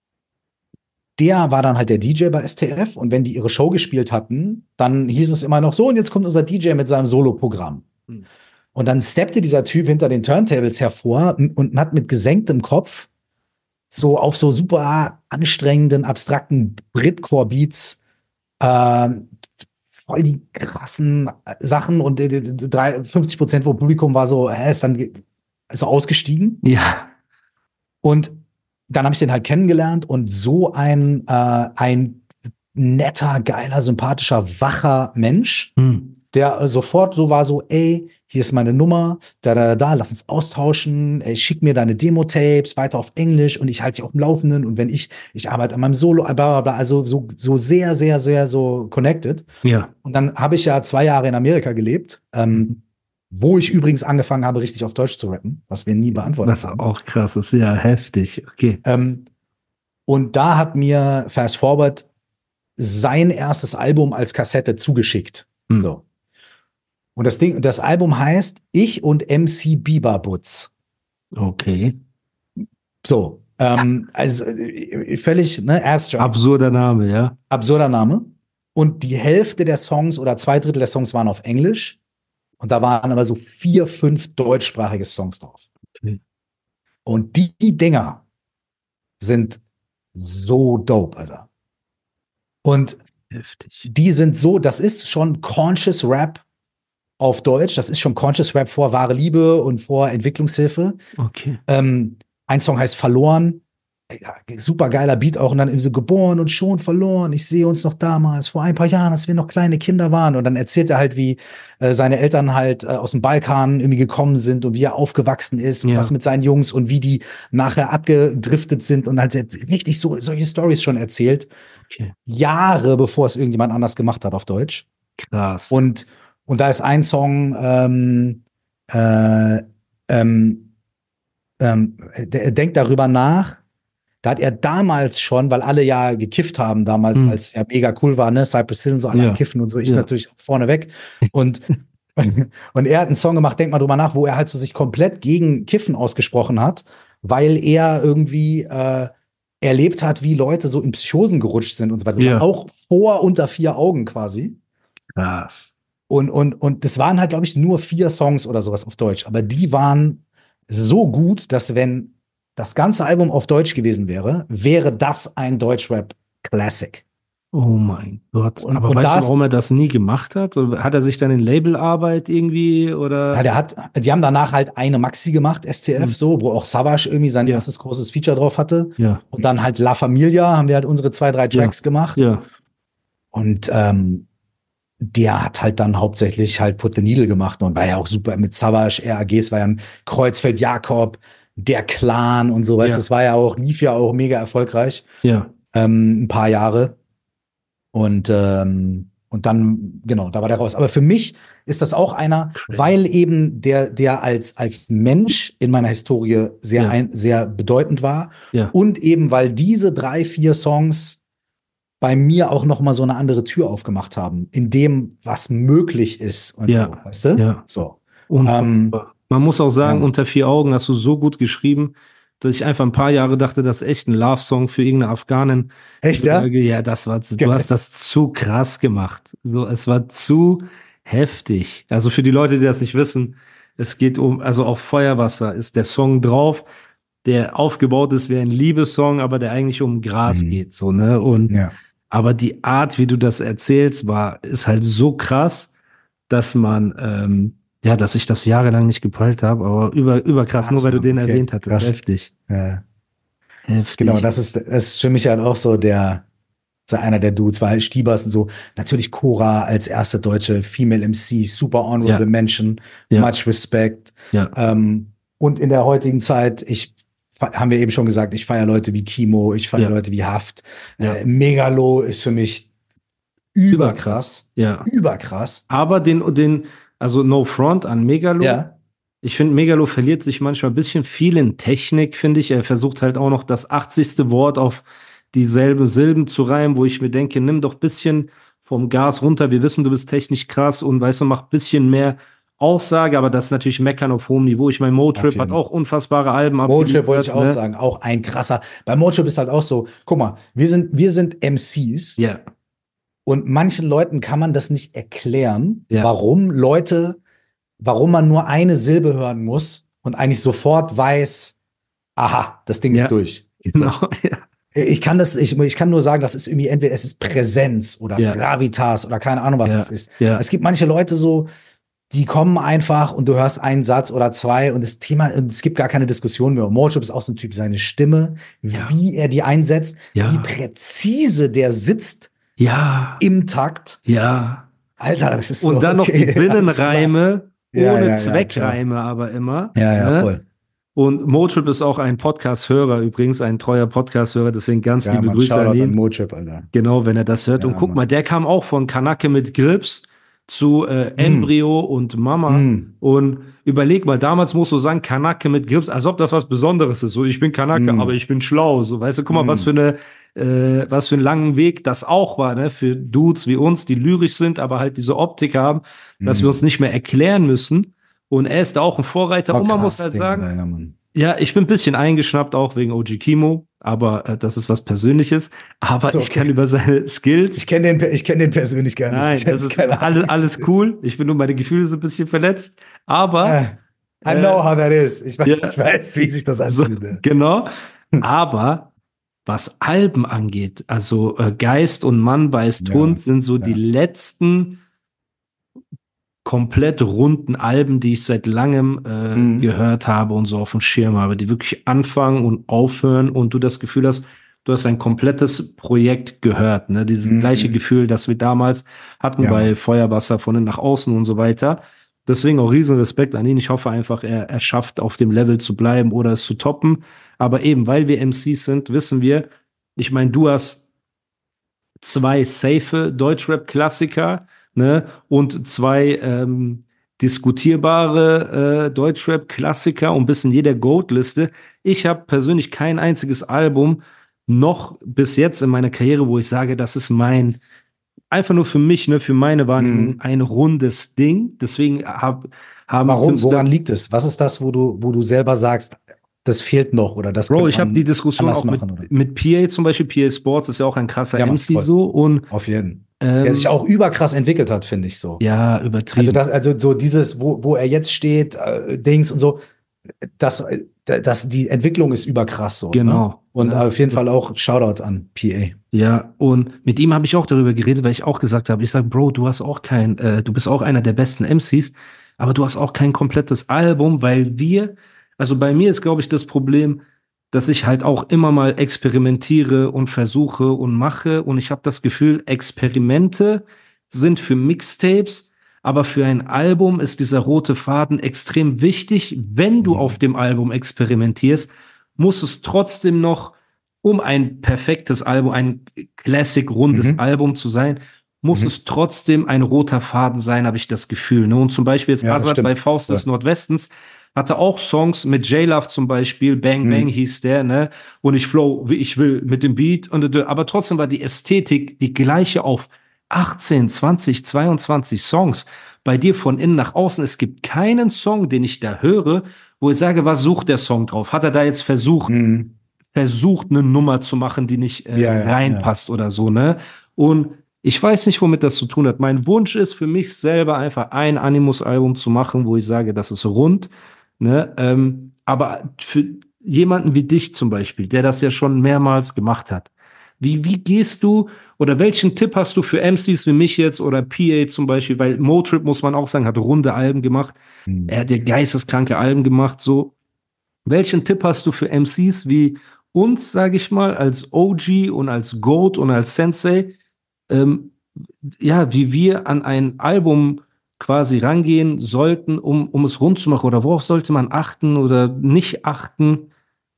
E: der war dann halt der D J bei S T F und wenn die ihre Show gespielt hatten, dann hieß es immer noch so, und jetzt kommt unser D J mit seinem Solo-Programm.
D: Mhm.
E: Und dann steppte dieser Typ hinter den Turntables hervor und hat mit gesenktem Kopf so auf so super anstrengenden, abstrakten Britcore-Beats äh, voll die krassen Sachen und äh, drei- fünfzig Prozent vom Publikum war so, hä, ist dann ge- so ausgestiegen.
D: Ja.
E: Und dann habe ich den halt kennengelernt und so ein, äh, ein netter, geiler, sympathischer, wacher Mensch,
D: Hm.
E: der äh, sofort so war so, ey, hier ist meine Nummer, da, da, da, lass uns austauschen, ey, schick mir deine Demo-Tapes weiter auf Englisch und ich halte dich auf dem Laufenden und wenn ich, ich arbeite an meinem Solo, bla, bla, bla, also so, so sehr, sehr, sehr so connected.
D: Ja.
E: Und dann habe ich ja zwei Jahre in Amerika gelebt, ähm, wo ich übrigens angefangen habe, richtig auf Deutsch zu rappen, was wir nie beantwortet
D: Was
E: haben.
D: auch krass ist, ja, heftig. Okay.
E: Ähm, und da hat mir Fast Forward sein erstes Album als Kassette zugeschickt.
D: Hm.
E: So. Und das Ding, das Album heißt Ich und M C Biberbutz.
D: Okay.
E: So. Ähm, also äh, völlig ne, abstract.
D: Absurder Name, ja.
E: Absurder Name. Und die Hälfte der Songs oder zwei Drittel der Songs waren auf Englisch. Und da waren aber so vier, fünf deutschsprachige Songs drauf.
D: Okay.
E: Und die, die Dinger sind so dope, Alter. Und
D: Heftig.
E: die sind so, das ist schon Conscious Rap auf Deutsch. Das ist schon Conscious Rap vor wahre Liebe und vor Entwicklungshilfe.
D: Okay.
E: Ähm, ein Song heißt Verloren. Ja, super geiler Beat auch. Und dann irgendwie so geboren und schon verloren. Ich sehe uns noch damals, vor ein paar Jahren, als wir noch kleine Kinder waren. Und dann erzählt er halt, wie äh, seine Eltern halt äh, aus dem Balkan irgendwie gekommen sind und wie er aufgewachsen ist und
D: Ja.
E: was mit seinen Jungs und wie die nachher abgedriftet sind und halt richtig so solche Stories schon erzählt.
D: Okay.
E: Jahre bevor es irgendjemand anders gemacht hat auf Deutsch.
D: Krass.
E: Und, und da ist ein Song, ähm, äh, ähm, ähm, der, er denkt darüber nach. Da hat er damals schon, weil alle ja gekifft haben damals,
D: Hm.
E: weil es ja mega cool war, ne? Cypress Hill, so alle
D: Ja.
E: am Kiffen und so, ich
D: Ja.
E: natürlich vorne weg. Und, und er hat einen Song gemacht, denk mal drüber nach, wo er halt so sich komplett gegen Kiffen ausgesprochen hat, weil er irgendwie äh, erlebt hat, wie Leute so in Psychosen gerutscht sind und so weiter.
D: Ja.
E: Auch vor unter vier Augen quasi.
D: Krass.
E: Und, und, und das waren halt, glaube ich, nur vier Songs oder sowas auf Deutsch. Aber die waren so gut, dass wenn das ganze Album auf Deutsch gewesen wäre, wäre das ein Deutschrap-Classic.
D: Oh mein Gott.
E: Und-
D: Aber
E: und
D: weißt
E: das-
D: du, warum er das nie gemacht hat? Oder hat er sich dann in Labelarbeit irgendwie oder?
E: Ja, der hat, die haben danach halt eine Maxi gemacht, S T F,
D: Mhm.
E: so, wo auch Savage irgendwie sein
D: Ja.
E: erstes großes Feature drauf hatte.
D: Ja.
E: Und dann halt La Familia haben wir halt unsere zwei, drei Tracks gemacht.
D: Ja.
E: Und ähm, der hat halt dann hauptsächlich halt Put the Needle gemacht und war ja auch super mit Savage, R A Gs, war ja im Kreuzfeld Jakob, der Clan und so, weißt du,
D: Ja.
E: das war ja auch, lief ja auch mega erfolgreich,
D: Ja.
E: ähm, ein paar Jahre. Und, ähm, und dann, genau, da war der raus. Aber für mich ist das auch einer, weil eben der, der als, als Mensch in meiner Historie sehr,
D: Ja.
E: ein, sehr bedeutend war.
D: Ja.
E: Und eben, weil diese drei, vier Songs bei mir auch noch mal so eine andere Tür aufgemacht haben, in dem, was möglich ist und
D: Ja.
E: so, weißt du?
D: Ja.
E: So.
D: Unfassbar.
E: Ähm,
D: Man muss auch sagen,
E: ja.
D: unter vier Augen hast du so gut geschrieben, dass ich einfach ein paar Jahre dachte, das ist echt ein Love-Song für irgendeine Afghanin.
E: Echt, ja?
D: Ja, das war, du
E: Geil.
D: hast das zu krass gemacht. So, es war zu heftig. Also für die Leute, die das nicht wissen, es geht um, also auf Feuerwasser ist der Song drauf, der aufgebaut ist wie ein Liebessong, aber der eigentlich um Gras
E: Mhm.
D: geht, so, ne? Und,
E: Ja.
D: aber die Art, wie du das erzählst, war, ist halt so krass, dass man, ähm, ja, dass ich das jahrelang nicht gepeilt habe, aber über, überkrass,
E: Krass,
D: nur weil du
E: Mann,
D: den
E: okay,
D: erwähnt hattest.
E: krass.
D: Heftig.
E: Ja.
D: Heftig.
E: Genau, das ist, das ist für mich halt auch so der, so einer der Dudes, weil Stiebers und so, natürlich Cora als erste deutsche Female M C, super honorable
D: Ja.
E: Mention,
D: Ja.
E: much respect.
D: Ja.
E: Ähm, und in der heutigen Zeit, ich, fe- haben wir eben schon gesagt, ich feiere Leute wie Kimo, ich feiere
D: Ja.
E: Leute wie Haft.
D: Ja.
E: Äh, Megalo ist für mich überkrass.
D: Ja.
E: Überkrass.
D: Aber den, den, also no front an Megalo.
E: Ja.
D: Ich finde, Megalo verliert sich manchmal ein bisschen viel in Technik, finde ich. Er versucht halt auch noch das achtzigste Wort auf dieselben Silben zu reimen, wo ich mir denke, nimm doch ein bisschen vom Gas runter. Wir wissen, du bist technisch krass und weißt du, mach ein bisschen mehr Aussage, aber das ist natürlich Meckern auf hohem Niveau. Ich meine,
E: Auf
D: Motrip
E: jeden
D: hat auch unfassbare Alben
E: Motrip wollte ich auch
D: ne?
E: sagen, auch ein krasser. Bei Motrip ist halt auch so, guck mal, wir sind, wir sind M Cs.
D: Ja,
E: Und manchen Leuten kann man das nicht erklären,
D: Ja.
E: warum Leute, warum man nur eine Silbe hören muss und eigentlich sofort weiß, aha, das Ding
D: Ja.
E: ist durch.
D: genau. Ja.
E: Ich kann das, ich, ich kann nur sagen, das ist irgendwie entweder es ist Präsenz oder
D: Ja.
E: Gravitas oder keine Ahnung, was
D: Ja.
E: das ist.
D: Ja.
E: Es gibt manche Leute so, die kommen einfach und du hörst einen Satz oder zwei und das Thema, und es gibt gar keine Diskussion mehr. Und Motrip ist auch so ein Typ, seine Stimme,
D: Ja.
E: wie er die einsetzt,
D: Ja.
E: wie präzise der sitzt
D: Ja,
E: im Takt.
D: ja.
E: Alter, das ist so.
D: Und dann noch
E: okay,
D: die
E: alles
D: Binnenreime
E: Ja,
D: ohne
E: ja, ja,
D: Zweckreime, aber immer.
E: klar. Ja, ja,
D: ne?
E: voll.
D: Und Motrip ist auch ein Podcast-Hörer, übrigens ein treuer Podcast-Hörer, deswegen ganz
E: Ja,
D: liebe
E: man,
D: Grüße
E: Shoutout
D: an ihn.
E: an Motrip, Alter.
D: Genau, wenn er das hört.
E: Ja,
D: und guck
E: Mann.
D: mal, der kam auch von Kanake mit Grips zu äh, Embryo und Mama.
E: Mm.
D: Und überleg mal, damals musst du sagen, Kanake mit Grips, als ob das was Besonderes ist. So, ich bin Kanake,
E: Mm.
D: aber ich bin schlau. So, weißt du, guck mal,
E: Mm.
D: was für eine, äh, was für einen langen Weg das auch war, ne? Für Dudes wie uns, die lyrisch sind, aber halt diese Optik haben, dass
E: Mm.
D: wir uns nicht mehr erklären müssen. Und er ist da auch ein Vorreiter.
E: Oh,
D: und man
E: krass,
D: muss halt
E: Digga,
D: sagen,
E: ja, Mann.
D: ja, ich bin ein bisschen eingeschnappt, auch wegen O G Kimo, aber äh, das ist was Persönliches. Aber
E: So,
D: ich
E: okay.
D: kann über seine Skills.
E: Ich kenne den, pe- ich kenn den persönlich gar nicht.
D: Nein,
E: Ich hab
D: das ist
E: keine Ahnung.
D: alles, alles cool. Ich bin nur, meine Gefühle sind ein bisschen verletzt. Aber,
E: Ah, I know how that is. Ich weiß,
D: Ja.
E: ich weiß wie sich das
D: so,
E: anfühlt. ja.
D: genau. Aber was Alben angeht, also äh, Geist und Mann beißt
E: Ja,
D: Hund, sind so die
E: ja.
D: letzten komplett runden Alben, die ich seit langem äh,
E: Mhm.
D: gehört habe und so auf dem Schirm habe, die wirklich anfangen und aufhören und du das Gefühl hast, du hast ein komplettes Projekt gehört, ne? Dieses
E: Mhm.
D: gleiche Gefühl, das wir damals hatten
E: Ja,
D: bei
E: Mann.
D: Feuerwasser von innen nach außen und so weiter. Deswegen auch riesen Respekt an ihn. Ich hoffe einfach, er, er schafft auf dem Level zu bleiben oder es zu toppen. Aber eben, weil wir M Cs sind, wissen wir, ich meine, du hast zwei safe Deutschrap-Klassiker, ne? Und zwei ähm, diskutierbare äh, Deutschrap-Klassiker und bis in jeder Goat-Liste. Ich habe persönlich kein einziges Album noch bis jetzt in meiner Karriere, wo ich sage, das ist mein, einfach nur für mich, ne, für meine Wahrnehmung,
E: Mhm.
D: ein rundes Ding. Deswegen hab, haben
E: Warum?
D: Künstler-
E: Woran liegt es? Was ist das, wo du, wo du selber sagst, das fehlt noch oder das
D: Bro,
E: könnte
D: ich habe
E: man
D: die Diskussion
E: anders
D: auch mit,
E: machen, oder?
D: mit P A zum Beispiel. P A Sports ist ja auch ein krasser
E: Ja, Mann,
D: M C
E: voll.
D: so und
E: Auf jeden.
D: ähm,
E: Der sich auch überkrass entwickelt hat, finde ich so.
D: ja, übertrieben.
E: Also das, also so dieses, wo, wo er jetzt steht, äh, Dings und so, das, äh, das, die Entwicklung ist überkrass so.
D: Genau.
E: Ne? Und
D: Ja.
E: auf jeden Fall auch Shoutout an P A.
D: Ja, und mit ihm habe ich auch darüber geredet, weil ich auch gesagt habe, ich sage, Bro, du hast auch kein, äh, du bist auch einer der besten M Cs, aber du hast auch kein komplettes Album, weil wir, also bei mir ist, glaube ich, das Problem, dass ich halt auch immer mal experimentiere und versuche und mache und ich habe das Gefühl, Experimente sind für Mixtapes, aber für ein Album ist dieser rote Faden extrem wichtig. Wenn du
E: Mhm.
D: auf dem Album experimentierst, muss es trotzdem noch um ein perfektes Album, ein Classic-rundes
E: Mhm.
D: Album zu sein, muss
E: Mhm.
D: es trotzdem ein roter Faden sein, habe ich das Gefühl. Ne? Und zum Beispiel jetzt
E: Ja, das
D: Azad
E: stimmt.
D: bei Faust des
E: Ja.
D: Nordwestens hatte auch Songs mit J-Love zum Beispiel, Bang
E: Mhm.
D: Bang hieß der, ne? Und ich flow, wie ich will, mit dem Beat. Und, aber trotzdem war die Ästhetik die gleiche auf achtzehn, zwanzig, zweiundzwanzig Songs. Bei dir von innen nach außen. Es gibt keinen Song, den ich da höre, wo ich sage, was sucht der Song drauf? Hat er da jetzt versucht,
E: Mhm.
D: versucht, eine Nummer zu machen, die nicht äh,
E: Ja, ja,
D: reinpasst oder so, ne? Und ich weiß nicht, womit das zu tun hat. Mein Wunsch ist für mich selber einfach ein Animus-Album zu machen, wo ich sage, das ist rund, ne? Ähm, aber für jemanden wie dich zum Beispiel, der das ja schon mehrmals gemacht hat, wie, wie gehst du oder welchen Tipp hast du für M Cs wie mich jetzt oder P A zum Beispiel, weil Motrip, muss man auch sagen, hat runde Alben gemacht.
E: Mhm.
D: Er hat ja geisteskranke Alben gemacht, so. Welchen Tipp hast du für M Cs wie uns, sage ich mal, als O G und als Goat und als Sensei, ähm, ja, wie wir an ein Album quasi rangehen sollten, um, um es rund zu machen? Oder worauf sollte man achten oder nicht achten?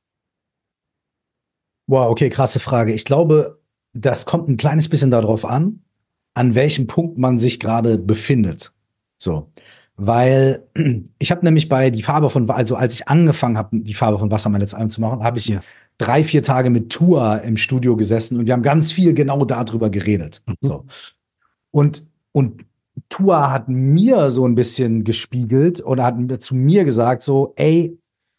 E: Wow, okay, krasse Frage. Ich glaube, das kommt ein kleines bisschen darauf an, an welchem Punkt man sich gerade befindet. So, weil ich habe nämlich bei die Farbe von, also als ich angefangen habe, die Farbe von Wasser mein letztes Album zu machen, habe ich
D: Ja.
E: drei, vier Tage mit Tua im Studio gesessen und wir haben ganz viel genau darüber geredet.
D: Mhm.
E: So. Und, und Tua hat mir so ein bisschen gespiegelt oder hat zu mir gesagt so, ey,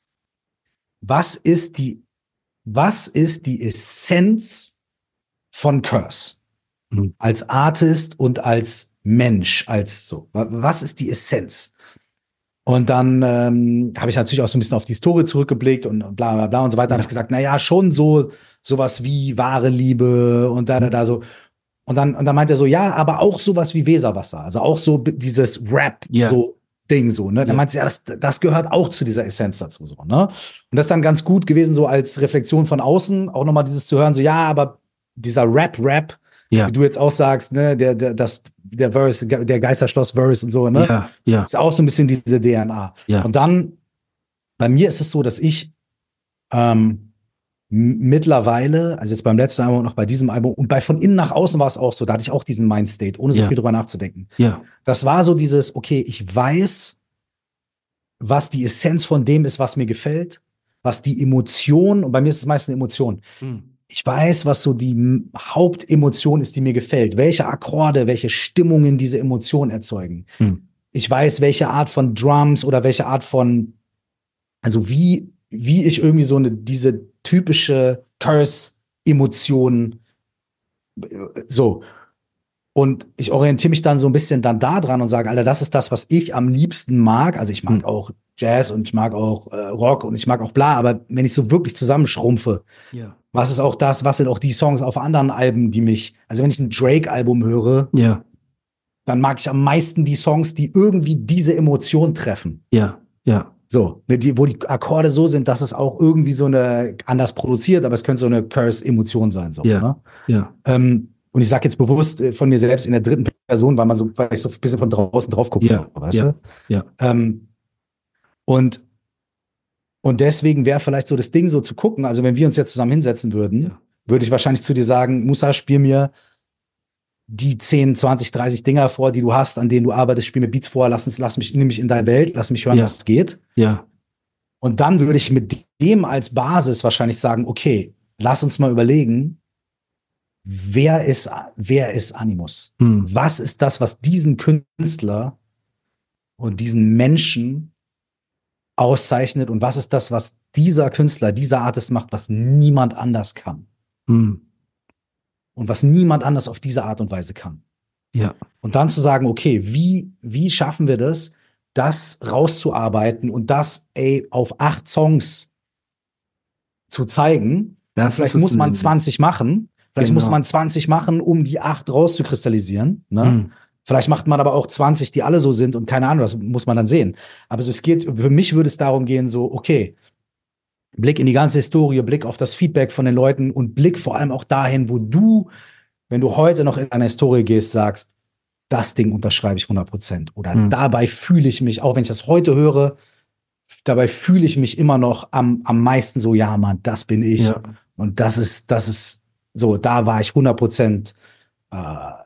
E: was ist die, was ist die Essenz von Curse?
D: Mhm.
E: Als Artist und als Mensch, als so. Wa- Was ist die Essenz? Und dann ähm, habe ich natürlich auch so ein bisschen auf die Historie zurückgeblickt und bla bla bla und so weiter.
D: Ja.
E: Habe ich gesagt, na ja, schon so sowas wie wahre Liebe und da da da so. Und dann und dann meint er so, ja, aber auch sowas wie Weserwasser, also auch so b- dieses Rap
D: Ja.
E: so Ding so, ne? Dann
D: Ja.
E: meinte sie, ja, das, das gehört auch zu dieser Essenz dazu so, ne? Und das ist dann ganz gut gewesen so als Reflexion von außen, auch nochmal dieses zu hören, so ja, aber dieser Rap Rap,
D: Ja,
E: wie du jetzt auch sagst, ne, der der das der Verse, der Geisterschloss-Verse und so, ne?
D: ja, ja,
E: Ist auch so ein bisschen diese D N A.
D: ja.
E: Und dann, bei mir ist es so, dass ich ähm, m- mittlerweile, also jetzt beim letzten Album und auch bei diesem Album und bei von innen nach außen war es auch so, da hatte ich auch diesen Mindstate, ohne so
D: Ja.
E: viel drüber nachzudenken.
D: Ja,
E: Das war so dieses, okay, ich weiß, was die Essenz von dem ist, was mir gefällt, was die Emotion, und bei mir ist es meist eine Emotion,
D: Mhm.
E: ich weiß, was so die m- Hauptemotion ist, die mir gefällt. Welche Akkorde, welche Stimmungen diese Emotion erzeugen.
D: Mhm.
E: Ich weiß, welche Art von Drums oder welche Art von, also wie, wie ich irgendwie so eine, diese typische Curse-Emotion, äh, so. Und ich orientiere mich dann so ein bisschen dann da dran und sage, Alter, das ist das, was ich am liebsten mag. Also ich mag
D: Mhm.
E: auch Jazz und ich mag auch äh, Rock und ich mag auch bla, aber wenn ich so wirklich zusammenschrumpfe,
D: Ja,
E: was ist auch das, was sind auch die Songs auf anderen Alben, die mich, also wenn ich ein Drake-Album höre,
D: ja,
E: dann mag ich am meisten die Songs, die irgendwie diese Emotion treffen.
D: ja, ja,
E: So, ne, die, wo die Akkorde so sind, dass es auch irgendwie so eine, anders produziert, aber es könnte so eine Curse-Emotion sein. So,
D: Ja.
E: ne?
D: ja,
E: ähm, und ich sage jetzt bewusst äh, von mir selbst in der dritten Person, weil man so, weil ich so ein bisschen von draußen drauf gucke,
D: Ja,
E: so, weißt
D: ja,
E: du?
D: ja.
E: Ähm, und, und deswegen wäre vielleicht so das Ding so zu gucken, also wenn wir uns jetzt zusammen hinsetzen würden,
D: Ja.
E: würde ich wahrscheinlich zu dir sagen, Musa, spiel mir die zehn, zwanzig, dreißig Dinger vor, die du hast, an denen du arbeitest, spiel mir Beats vor, lass uns, lass mich, nimm mich in deine Welt, lass mich hören,
D: Ja.
E: was geht.
D: ja,
E: Und dann würde ich mit dem als Basis wahrscheinlich sagen, okay, lass uns mal überlegen, wer ist, wer ist Animus?
D: Hm.
E: Was ist das, was diesen Künstler und diesen Menschen auszeichnet? Und was ist das, was dieser Künstler, dieser Artist macht, was niemand anders kann?
D: Hm.
E: Und was niemand anders auf diese Art und Weise kann?
D: ja,
E: Und dann zu sagen, okay, wie, wie schaffen wir das, das rauszuarbeiten und das, ey, auf acht Songs zu zeigen?
D: Das
E: Und vielleicht
D: ist es
E: muss man
D: nämlich.
E: zwanzig machen. Vielleicht
D: Genau.
E: muss man zwanzig machen, um die acht rauszukristallisieren. Ne?
D: Hm.
E: Vielleicht macht man aber auch zwanzig, die alle so sind und keine Ahnung, das muss man dann sehen. Aber so, es geht, für mich würde es darum gehen, so, okay, Blick in die ganze Historie, Blick auf das Feedback von den Leuten und Blick vor allem auch dahin, wo du, wenn du heute noch in eine Historie gehst, sagst, das Ding unterschreibe ich hundert Prozent. Oder
D: Mhm.
E: dabei fühle ich mich, auch wenn ich das heute höre, dabei fühle ich mich immer noch am, am meisten so, ja, Mann, das bin ich.
D: Ja.
E: Und das ist, das ist so, da war ich hundert Prozent äh,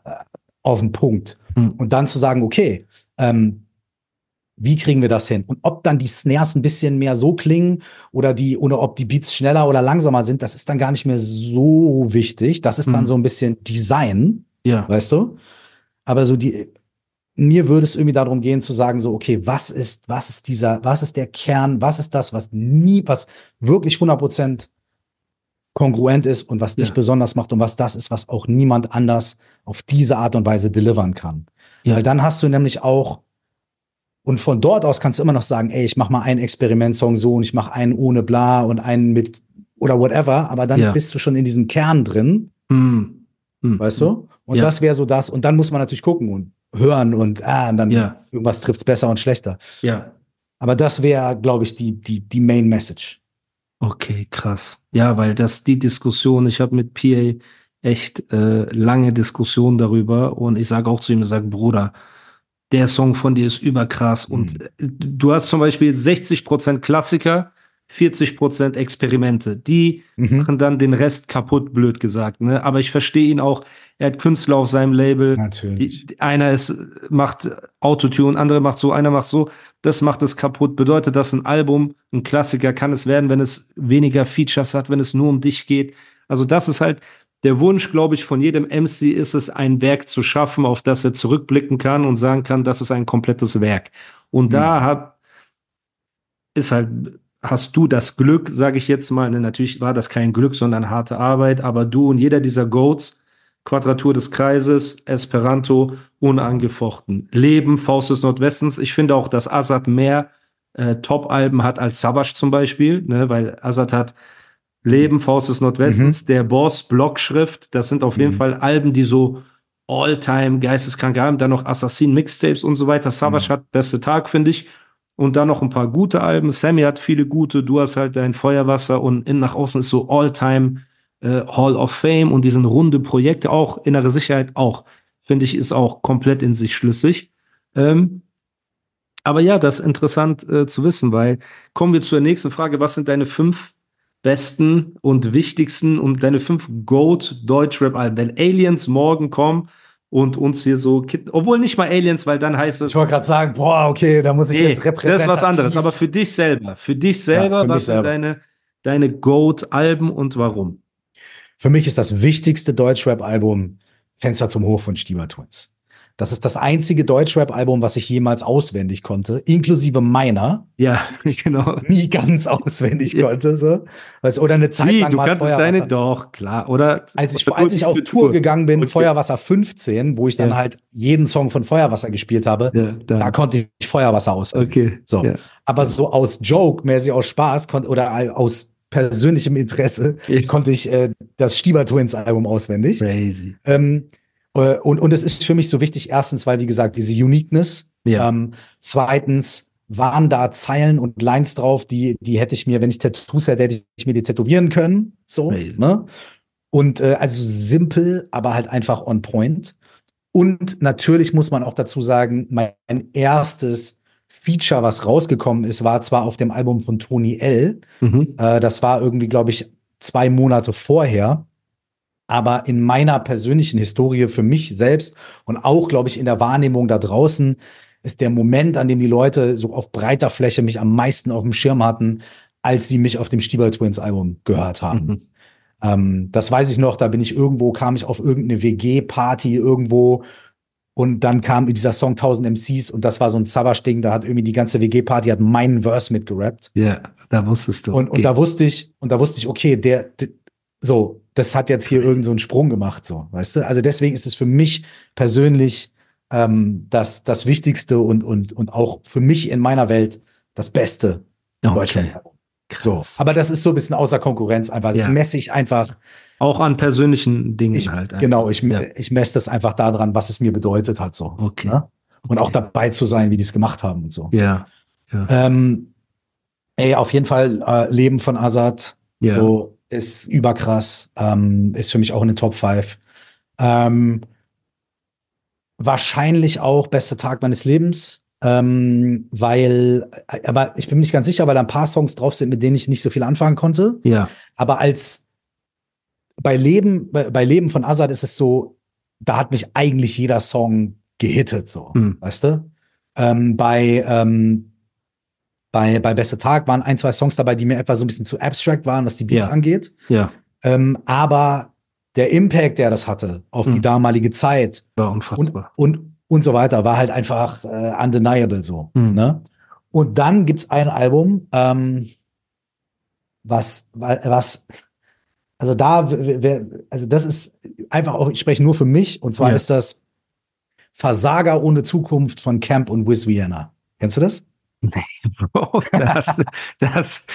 E: auf den Punkt.
D: Hm.
E: Und dann zu sagen, okay, ähm, wie kriegen wir das hin? Und ob dann die Snares ein bisschen mehr so klingen oder die, oder ob die Beats schneller oder langsamer sind, das ist dann gar nicht mehr so wichtig. Das ist dann
D: Mhm.
E: so ein bisschen Design,
D: Ja.
E: weißt du? Aber so die, mir würde es irgendwie darum gehen zu sagen so, okay, was ist, was ist dieser, was ist der Kern, was ist das, was nie, was wirklich hundert Prozent kongruent ist und was dich
D: Ja.
E: besonders macht und was das ist, was auch niemand anders auf diese Art und Weise delivern kann.
D: Ja.
E: Weil dann hast du nämlich auch, und von dort aus kannst du immer noch sagen, ey, ich mach mal einen Experimentsong so und ich mach einen ohne bla und einen mit oder whatever, aber dann
D: Ja.
E: bist du schon in diesem Kern drin,
D: Hm. Hm.
E: weißt du? Und
D: Ja.
E: das wäre so das. Und dann muss man natürlich gucken und hören und, ah, und dann
D: Ja.
E: irgendwas trifft's besser und schlechter.
D: Ja.
E: Aber das wäre, glaube ich, die, die, die Main Message.
D: Okay, krass. Ja, weil das die Diskussion, ich habe mit P A echt äh, lange Diskussionen darüber und ich sage auch zu ihm, ich sage, Bruder, der Song von dir ist überkrass und äh, du hast zum Beispiel sechzig Prozent Klassiker, vierzig Prozent Experimente. Die
E: Mhm.
D: machen dann den Rest kaputt, blöd gesagt. Ne? Aber ich verstehe ihn auch, er hat Künstler auf seinem Label.
E: Natürlich.
D: Die, einer ist, macht Autotune, andere macht so, einer macht so. Das macht es kaputt. Bedeutet das ein Album, ein Klassiker kann es werden, wenn es weniger Features hat, wenn es nur um dich geht. Also das ist halt der Wunsch, glaube ich, von jedem M C ist es, ein Werk zu schaffen, auf das er zurückblicken kann und sagen kann, das ist ein komplettes Werk. Und da hat, ist halt, hast du das Glück, sage ich jetzt mal, ne, natürlich war das kein Glück, sondern harte Arbeit, aber du und jeder dieser Goats, Quadratur des Kreises, Esperanto, unangefochten. Leben, Faust des Nordwestens. Ich finde auch, dass Azad mehr äh, Top-Alben hat als Savage zum Beispiel, ne, weil Azad hat Leben, Faust des Nordwestens, der Boss, Blockschrift, das sind auf jeden
E: Mhm.
D: Fall Alben, die so all-time geisteskrank haben. Dann noch Assassin Mixtapes und so weiter. Savage
E: Mhm.
D: hat Beste Tag, finde ich. Und dann noch ein paar gute Alben. Sammy hat viele gute. Du hast halt dein Feuerwasser und innen nach außen ist so all-time äh, Hall of Fame und die sind runde Projekte auch. Innere Sicherheit auch. Finde ich, ist auch komplett in sich schlüssig. Ähm, aber ja, das ist interessant äh, zu wissen, weil kommen wir zur nächsten Frage. Was sind deine fünf besten und wichtigsten und deine fünf Goat-Deutschrap-Alben? Wenn Aliens morgen kommen und uns hier so kitten, obwohl nicht mal Aliens, weil dann heißt es,
E: Ich wollte gerade sagen, boah, okay, da muss ich
D: nee,
E: jetzt repräsentativ.
D: das ist was anderes, aber für dich selber, für dich selber,
E: für mich
D: was sind
E: selber.
D: deine, deine Goat-Alben und warum?
E: Für mich ist das wichtigste Deutschrap-Album Fenster zum Hof von Stieber Twins. Das ist das einzige Deutschrap-Album, was ich jemals auswendig konnte, inklusive meiner,
D: Ja, genau.
E: nie ganz auswendig
D: Ja.
E: konnte. So. Also, oder eine Zeit
D: Wie,
E: lang
D: du
E: mal
D: kanntest
E: Feuerwasser.
D: deine, doch, klar, oder?
E: Als ich,
D: Oder
E: als ich auf
D: für
E: Tour gegangen bin,
D: Okay.
E: Feuerwasser fünfzehn, wo ich dann
D: Ja.
E: halt jeden Song von Feuerwasser gespielt habe,
D: Ja, dann.
E: da konnte ich Feuerwasser auswendig.
D: Okay,
E: So.
D: ja.
E: Aber so aus Joke, mäßig aus Spaß konnt, oder aus persönlichem Interesse
D: Ja.
E: konnte ich äh, das Stieber Twins Album auswendig.
D: Crazy.
E: Ähm, äh, und, und es ist für mich so wichtig, erstens, weil, wie gesagt, diese Uniqueness.
D: Ja.
E: Ähm, zweitens waren da Zeilen und Lines drauf, die, die hätte ich mir, wenn ich Tattoos hätte, hätte ich mir die tätowieren können. So,
D: Crazy.
E: ne? Und äh, also simpel, aber halt einfach on point. Und natürlich muss man auch dazu sagen, mein erstes Feature, was rausgekommen ist, war zwar auf dem Album von Tony L.
D: Mhm.
E: Äh, das war irgendwie, glaube ich, zwei Monate vorher. Aber in meiner persönlichen Historie für mich selbst und auch, glaube ich, in der Wahrnehmung da draußen ist der Moment, an dem die Leute so auf breiter Fläche mich am meisten auf dem Schirm hatten, als sie mich auf dem Stieber Twins Album gehört haben.
D: Mhm.
E: Ähm, das weiß ich noch, da bin ich irgendwo, kam ich auf irgendeine W G-Party irgendwo und dann kam dieser Song tausend M Cs und das war so ein Savage-Ding, da hat irgendwie die ganze W G-Party hat meinen Verse mitgerappt.
D: Ja, da wusstest du.
E: Und, und
D: Okay.
E: da wusste ich, und da wusste ich, okay, der, der so, das hat jetzt hier irgend so einen Sprung gemacht, so, weißt du? Also deswegen ist es für mich persönlich ähm, das, das Wichtigste und, und, und auch für mich in meiner Welt das Beste im
D: Okay.
E: Deutschrap-Album. So,
D: Krass.
E: aber das ist so ein bisschen außer Konkurrenz einfach. Das
D: Ja.
E: messe ich einfach.
D: Auch an persönlichen Dingen
E: Ich,
D: halt. einfach.
E: genau, ich,
D: Ja.
E: ich messe das einfach daran, was es mir bedeutet hat, so.
D: Okay.
E: Ne? Und auch
D: Okay.
E: dabei zu sein, wie die es gemacht haben und so.
D: Ja. Ja.
E: Ähm, ey, auf jeden Fall äh, Leben von Azad.
D: Ja.
E: So ist überkrass. Ähm, ist für mich auch eine Top fünf. Ähm, wahrscheinlich auch bester Tag meines Lebens. Ähm, weil, aber ich bin mir nicht ganz sicher, weil da ein paar Songs drauf sind, mit denen ich nicht so viel anfangen konnte.
D: Ja.
E: Aber als bei Leben, bei, bei Leben von Azad ist es so, da hat mich eigentlich jeder Song gehittet, so,
D: Hm.
E: weißt du? Ähm, bei, ähm, bei, bei Beste Tag waren ein, zwei Songs dabei, die mir etwa so ein bisschen zu abstract waren, was die Beats
D: Ja.
E: angeht.
D: Ja,
E: Ähm, aber der Impact, der das hatte auf
D: Hm.
E: die damalige Zeit
D: war
E: und,
D: unfassbar.
E: und, und so weiter, war halt einfach äh, undeniable so.
D: Hm.
E: Ne? Und dann gibt's ein Album, ähm, was, was, also da, w- w- also das ist einfach auch, ich spreche nur für mich, und zwar
D: Ja.
E: ist das Versager ohne Zukunft von Camp und Wiz Vienna. Kennst du das?
D: Bro, das, das,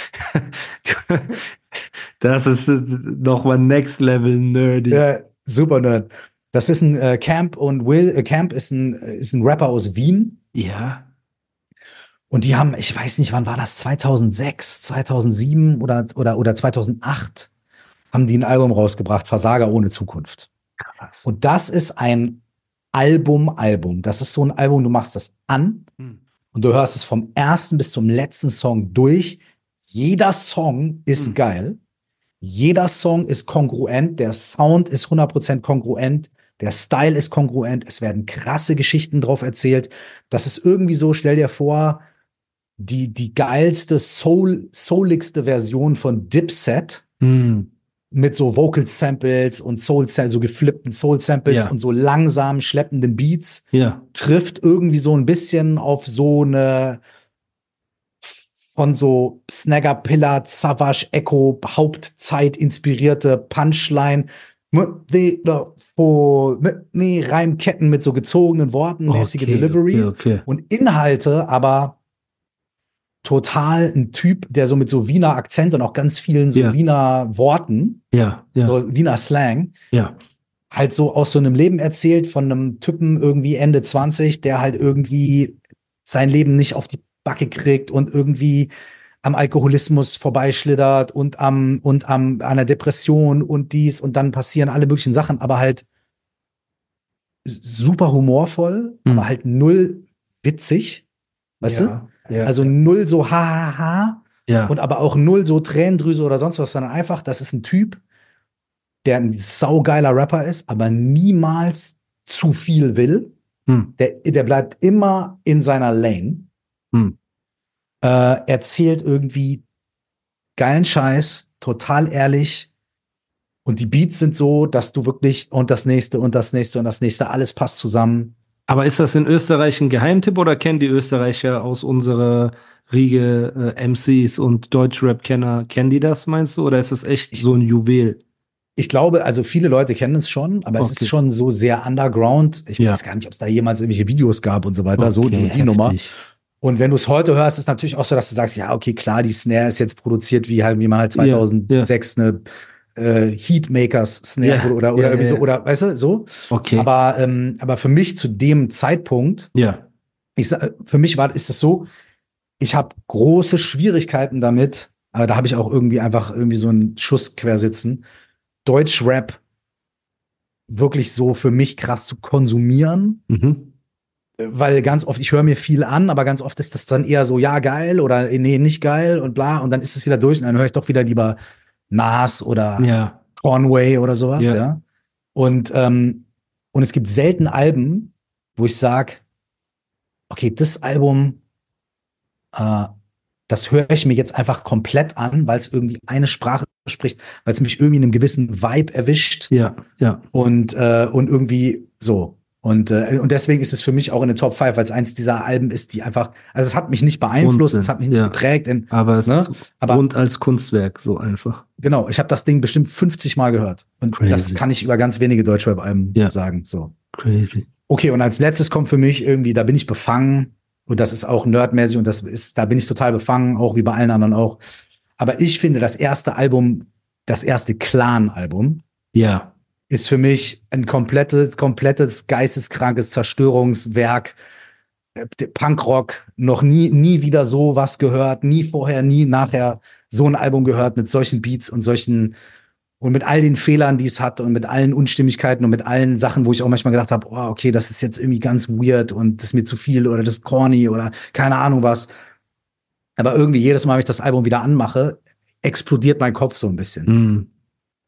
D: das ist nochmal Next Level nerdy.
E: Äh, super Nerd. Das ist ein äh, Camp und Will, äh, Camp ist ein, ist ein Rapper aus Wien.
D: Ja.
E: Und die haben, ich weiß nicht, wann war das? zweitausendsechs, zweitausendsieben oder, oder, oder zweitausendacht haben die ein Album rausgebracht, Versager ohne Zukunft.
D: Krass.
E: Und das ist ein Album-Album. Das ist so ein Album, du machst das an
D: Hm.
E: und du hörst es vom ersten bis zum letzten Song durch. Jeder Song ist
D: Hm.
E: geil. Jeder Song ist kongruent. Der Sound ist hundert Prozent kongruent. Der Style ist kongruent. Es werden krasse Geschichten drauf erzählt. Das ist irgendwie so, stell dir vor, die, die geilste, soul, souligste Version von Dipset
D: Hm.
E: mit so Vocal Samples und Soul, so geflippten Soul Samples
D: Ja.
E: und so langsam schleppenden Beats
D: Ja.
E: trifft irgendwie so ein bisschen auf so eine von so Snagger, Pillard, Savage, Echo, Hauptzeit inspirierte Punchline. Nee, Reimketten mit so gezogenen Worten, mäßige
D: Okay,
E: Delivery.
D: okay, okay.
E: Und Inhalte, aber total ein Typ, der so mit so Wiener Akzent und auch ganz vielen so
D: Ja.
E: Wiener Worten,
D: Ja, ja,
E: so Wiener Slang,
D: ja.
E: halt so aus so einem Leben erzählt von einem Typen irgendwie Ende zwanzig, der halt irgendwie sein Leben nicht auf die Backe kriegt und irgendwie am Alkoholismus vorbeischlittert und am und am an einer Depression und dies und dann passieren alle möglichen Sachen, aber halt super humorvoll,
D: Hm.
E: aber halt null witzig, weißt du?
D: ja, ja,
E: Also null so ha ha ha
D: ja.
E: und aber auch null so Tränendrüse oder sonst was, sondern einfach, das ist ein Typ, der ein saugeiler Rapper ist, aber niemals zu viel will.
D: Hm.
E: Der, der bleibt immer in seiner Lane.
D: Hm.
E: Äh, erzählt irgendwie geilen Scheiß, total ehrlich. Und die Beats sind so, dass du wirklich und das nächste und das nächste und das nächste, alles passt zusammen.
D: Aber ist das in Österreich ein Geheimtipp oder kennen die Österreicher aus unserer Riege äh, M Cs und Deutschrap-Kenner, kennen die das, meinst du? Oder ist das echt so ein Juwel?
E: Ich glaube, also viele Leute kennen es schon, aber es
D: Okay.
E: ist schon so sehr underground. Ich
D: Ja.
E: weiß gar nicht, ob es da jemals irgendwelche Videos gab und so weiter. so
D: Okay,
E: die, die Nummer.
D: heftig.
E: Und wenn du es heute hörst, ist natürlich auch so, dass du sagst, ja, okay, klar, die Snare ist jetzt produziert, wie halt, wie man halt
D: Ja,
E: zweitausendsechs eine äh, Heatmakers Snare
D: Ja,
E: oder, oder, oder
D: ja,
E: irgendwie so,
D: ja.
E: oder, weißt du, so.
D: Okay.
E: Aber, ähm, aber für mich zu dem Zeitpunkt,
D: ja.
E: ich sag, für mich war, ist das so, ich habe große Schwierigkeiten damit, aber da habe ich auch irgendwie einfach irgendwie so einen Schuss quersitzen, Deutschrap wirklich so für mich krass zu konsumieren.
D: Mhm.
E: Weil ganz oft, ich höre mir viel an, aber ganz oft ist das dann eher so, ja, geil oder nee, nicht geil und bla. Und dann ist es wieder durch und dann höre ich doch wieder lieber Nas oder
D: Ja.
E: Conway oder sowas,
D: Ja.
E: ja. Und, ähm, und es gibt selten Alben, wo ich sag, okay, das Album, äh, das höre ich mir jetzt einfach komplett an, weil es irgendwie eine Sprache spricht, weil es mich irgendwie in einem gewissen Vibe erwischt
D: Ja. Ja.
E: und, äh, und irgendwie so. Und, äh, und deswegen ist es für mich auch in den Top fünf, weil es eins dieser Alben ist, die einfach, also es hat mich nicht beeinflusst,
D: Wahnsinn,
E: es hat mich nicht
D: ja.
E: geprägt. In,
D: Aber es
E: Ne?
D: ist
E: Aber-
D: rund als Kunstwerk, so einfach.
E: genau, ich habe das Ding bestimmt fünfzig Mal gehört. Und
D: Crazy.
E: das kann ich über ganz wenige Deutschrap-Alben
D: Ja.
E: sagen. So.
D: Crazy.
E: Okay, und als letztes kommt für mich irgendwie, da bin ich befangen. Und das ist auch nerdmäßig und das ist, da bin ich total befangen, auch wie bei allen anderen auch. Aber ich finde, das erste Album, das erste Clan-Album,
D: Ja.
E: ist für mich ein komplettes, komplettes geisteskrankes Zerstörungswerk. Äh, Punkrock, noch nie, nie wieder so was gehört, nie vorher, nie nachher so ein Album gehört mit solchen Beats und solchen und mit all den Fehlern, die es hat und mit allen Unstimmigkeiten und mit allen Sachen, wo ich auch manchmal gedacht habe, oh, okay, das ist jetzt irgendwie ganz weird und das ist mir zu viel oder das ist corny oder keine Ahnung was. Aber irgendwie jedes Mal, wenn ich das Album wieder anmache, explodiert mein Kopf so ein bisschen.
D: Mhm.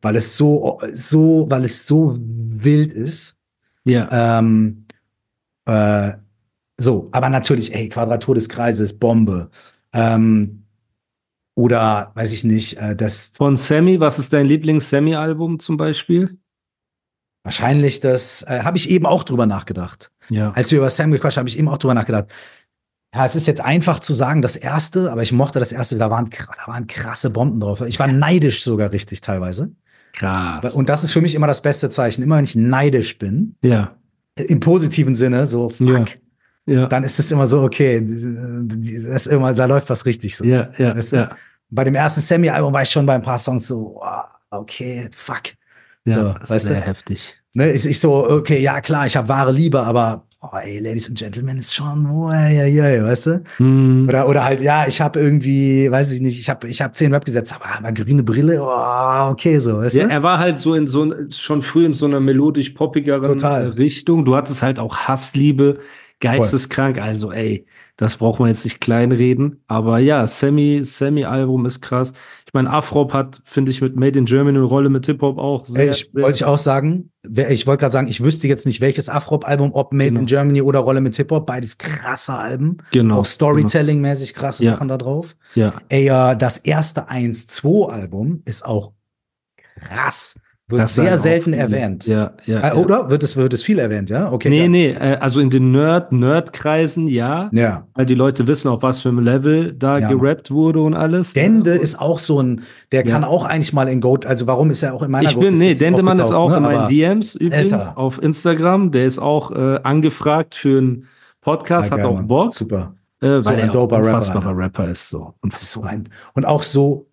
E: weil es so, so, weil es so wild ist.
D: Ja.
E: Ähm, äh, so, aber natürlich, ey, Quadratur des Kreises, Bombe. Ähm, oder, weiß ich nicht, äh, das
D: Von Sammy, was ist dein Lieblings-Sammy-Album zum Beispiel?
E: wahrscheinlich das, äh, habe ich eben auch drüber nachgedacht.
D: Ja.
E: Als wir über Sam gequatscht haben, habe ich eben auch drüber nachgedacht. Ja, es ist jetzt einfach zu sagen, das erste, aber ich mochte das erste, da waren, da waren krasse Bomben drauf. Ich war neidisch sogar richtig teilweise.
D: Krass.
E: Und das ist für mich immer das beste Zeichen. Immer wenn ich neidisch bin,
D: Ja.
E: im positiven Sinne, so fuck,
D: Ja. Ja.
E: dann ist es immer so, okay, das ist immer, da läuft was richtig so.
D: Ja, ja,
E: Weißt du?
D: ja.
E: Bei dem ersten Sammy-Album war ich schon bei ein paar Songs so, wow, okay, fuck.
D: Ja,
E: so,
D: das ist
E: weißt
D: sehr
E: du?
D: heftig.
E: Ne, ich, ich so, okay, ja klar, ich habe wahre Liebe, aber oh, ey, Ladies and Gentlemen ist schon, oh, ja, ja, weißt du?
D: Mhm.
E: Oder, oder halt, ja, ich habe irgendwie, weiß ich nicht, ich habe ich hab zehn Rap gesetzt, aber, aber grüne Brille, oh, okay, so, weißt
D: Ja,
E: du?
D: er war halt so in so schon früh in so einer melodisch poppigeren
E: Total.
D: Richtung. Du hattest halt auch Hassliebe, geisteskrank. Also, ey, das braucht man jetzt nicht kleinreden. Aber ja, Sammy, Sammy-Album ist krass. Ich meine, Afrop hat, finde ich, mit Made in Germany eine Rolle, mit Hip-Hop auch. Sehr,
E: Ey, ich
D: sehr-
E: wollte ich auch sagen, wer- ich wollte gerade sagen, ich wüsste jetzt nicht, welches Afrop-Album, ob Made
D: Genau.
E: in Germany oder Rolle mit Hip-Hop, beides krasse Alben.
D: Genau,
E: Auch Storytelling-mäßig krasse
D: Ja.
E: Sachen da drauf.
D: Ja,
E: Ey, äh, das erste eins zwei Album ist auch krass. Wird
D: das
E: sehr
D: sagen auch
E: selten
D: viele.
E: erwähnt.
D: Ja, ja.
E: Äh,
D: ja.
E: oder? Wird es, wird es viel erwähnt, ja? Okay.
D: Nee,
E: geil.
D: nee, äh, also in den Nerd, Nerd-Kreisen, ja.
E: Ja.
D: Weil die Leute wissen, auf was für einem Level da
E: Ja,
D: gerappt wurde und alles.
E: Dende
D: ne?
E: ist auch so ein, der
D: Ja.
E: kann auch eigentlich mal in Goat, also warum ist er auch in meiner
D: Ich bin,
E: Goat-Liste
D: nee,
E: jetzt
D: Dendemann ist
E: aufgetaucht,
D: auch
E: ne?
D: in meinen
E: Aber,
D: D Ms übrigens
E: Alter.
D: auf Instagram. Der ist auch äh, angefragt für einen Podcast,
E: Ah,
D: hat
E: geil,
D: auch
E: Mann.
D: Bock,
E: Super.
D: äh,
E: So
D: weil
E: ein
D: er
E: doper
D: auch ein
E: Rapper,
D: unfassbarer
E: Alter.
D: Rapper ist. So.
E: Das ist so ein, und auch so,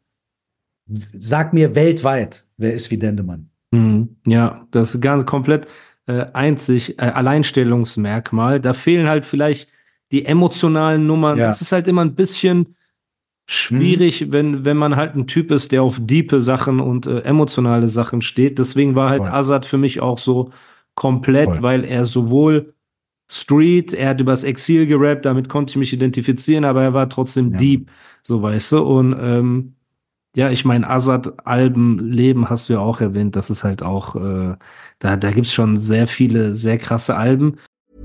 E: sag mir weltweit, wer ist wie Dendemann?
D: Mhm. Ja, das ist ganz komplett äh, einzig, äh, Alleinstellungsmerkmal. Da fehlen halt vielleicht die emotionalen Nummern.
E: Ja.
D: Es ist halt immer ein bisschen schwierig,
E: Mhm.
D: wenn, wenn man halt ein Typ ist, der auf diepe Sachen und äh, emotionale Sachen steht. Deswegen war halt
E: Voll.
D: Azad für mich auch so komplett,
E: Voll.
D: weil er sowohl Street, er hat übers Exil gerappt, damit konnte ich mich identifizieren, aber er war trotzdem
E: Ja.
D: deep, so weißt du. Und ähm, ja, ich meine, Azad-Alben, Leben hast du ja auch erwähnt, das ist halt auch, äh, da, da gibt's schon sehr viele, sehr krasse Alben.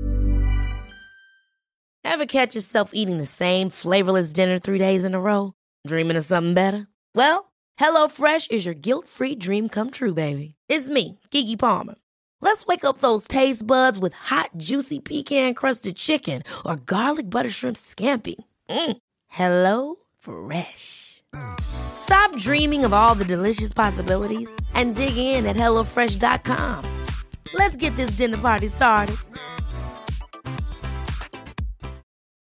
G: Ever catch yourself eating the same flavorless dinner three days in a row? Dreaming of something better? Well, HelloFresh is your guilt-free dream come true, baby. It's me, Keke Palmer. Let's wake up those taste buds with hot, juicy pecan-crusted chicken or garlic butter shrimp scampi. Mm. Hello Fresh. Stop dreaming of all the delicious possibilities and dig in at hello fresh dot com. Let's get this dinner party started.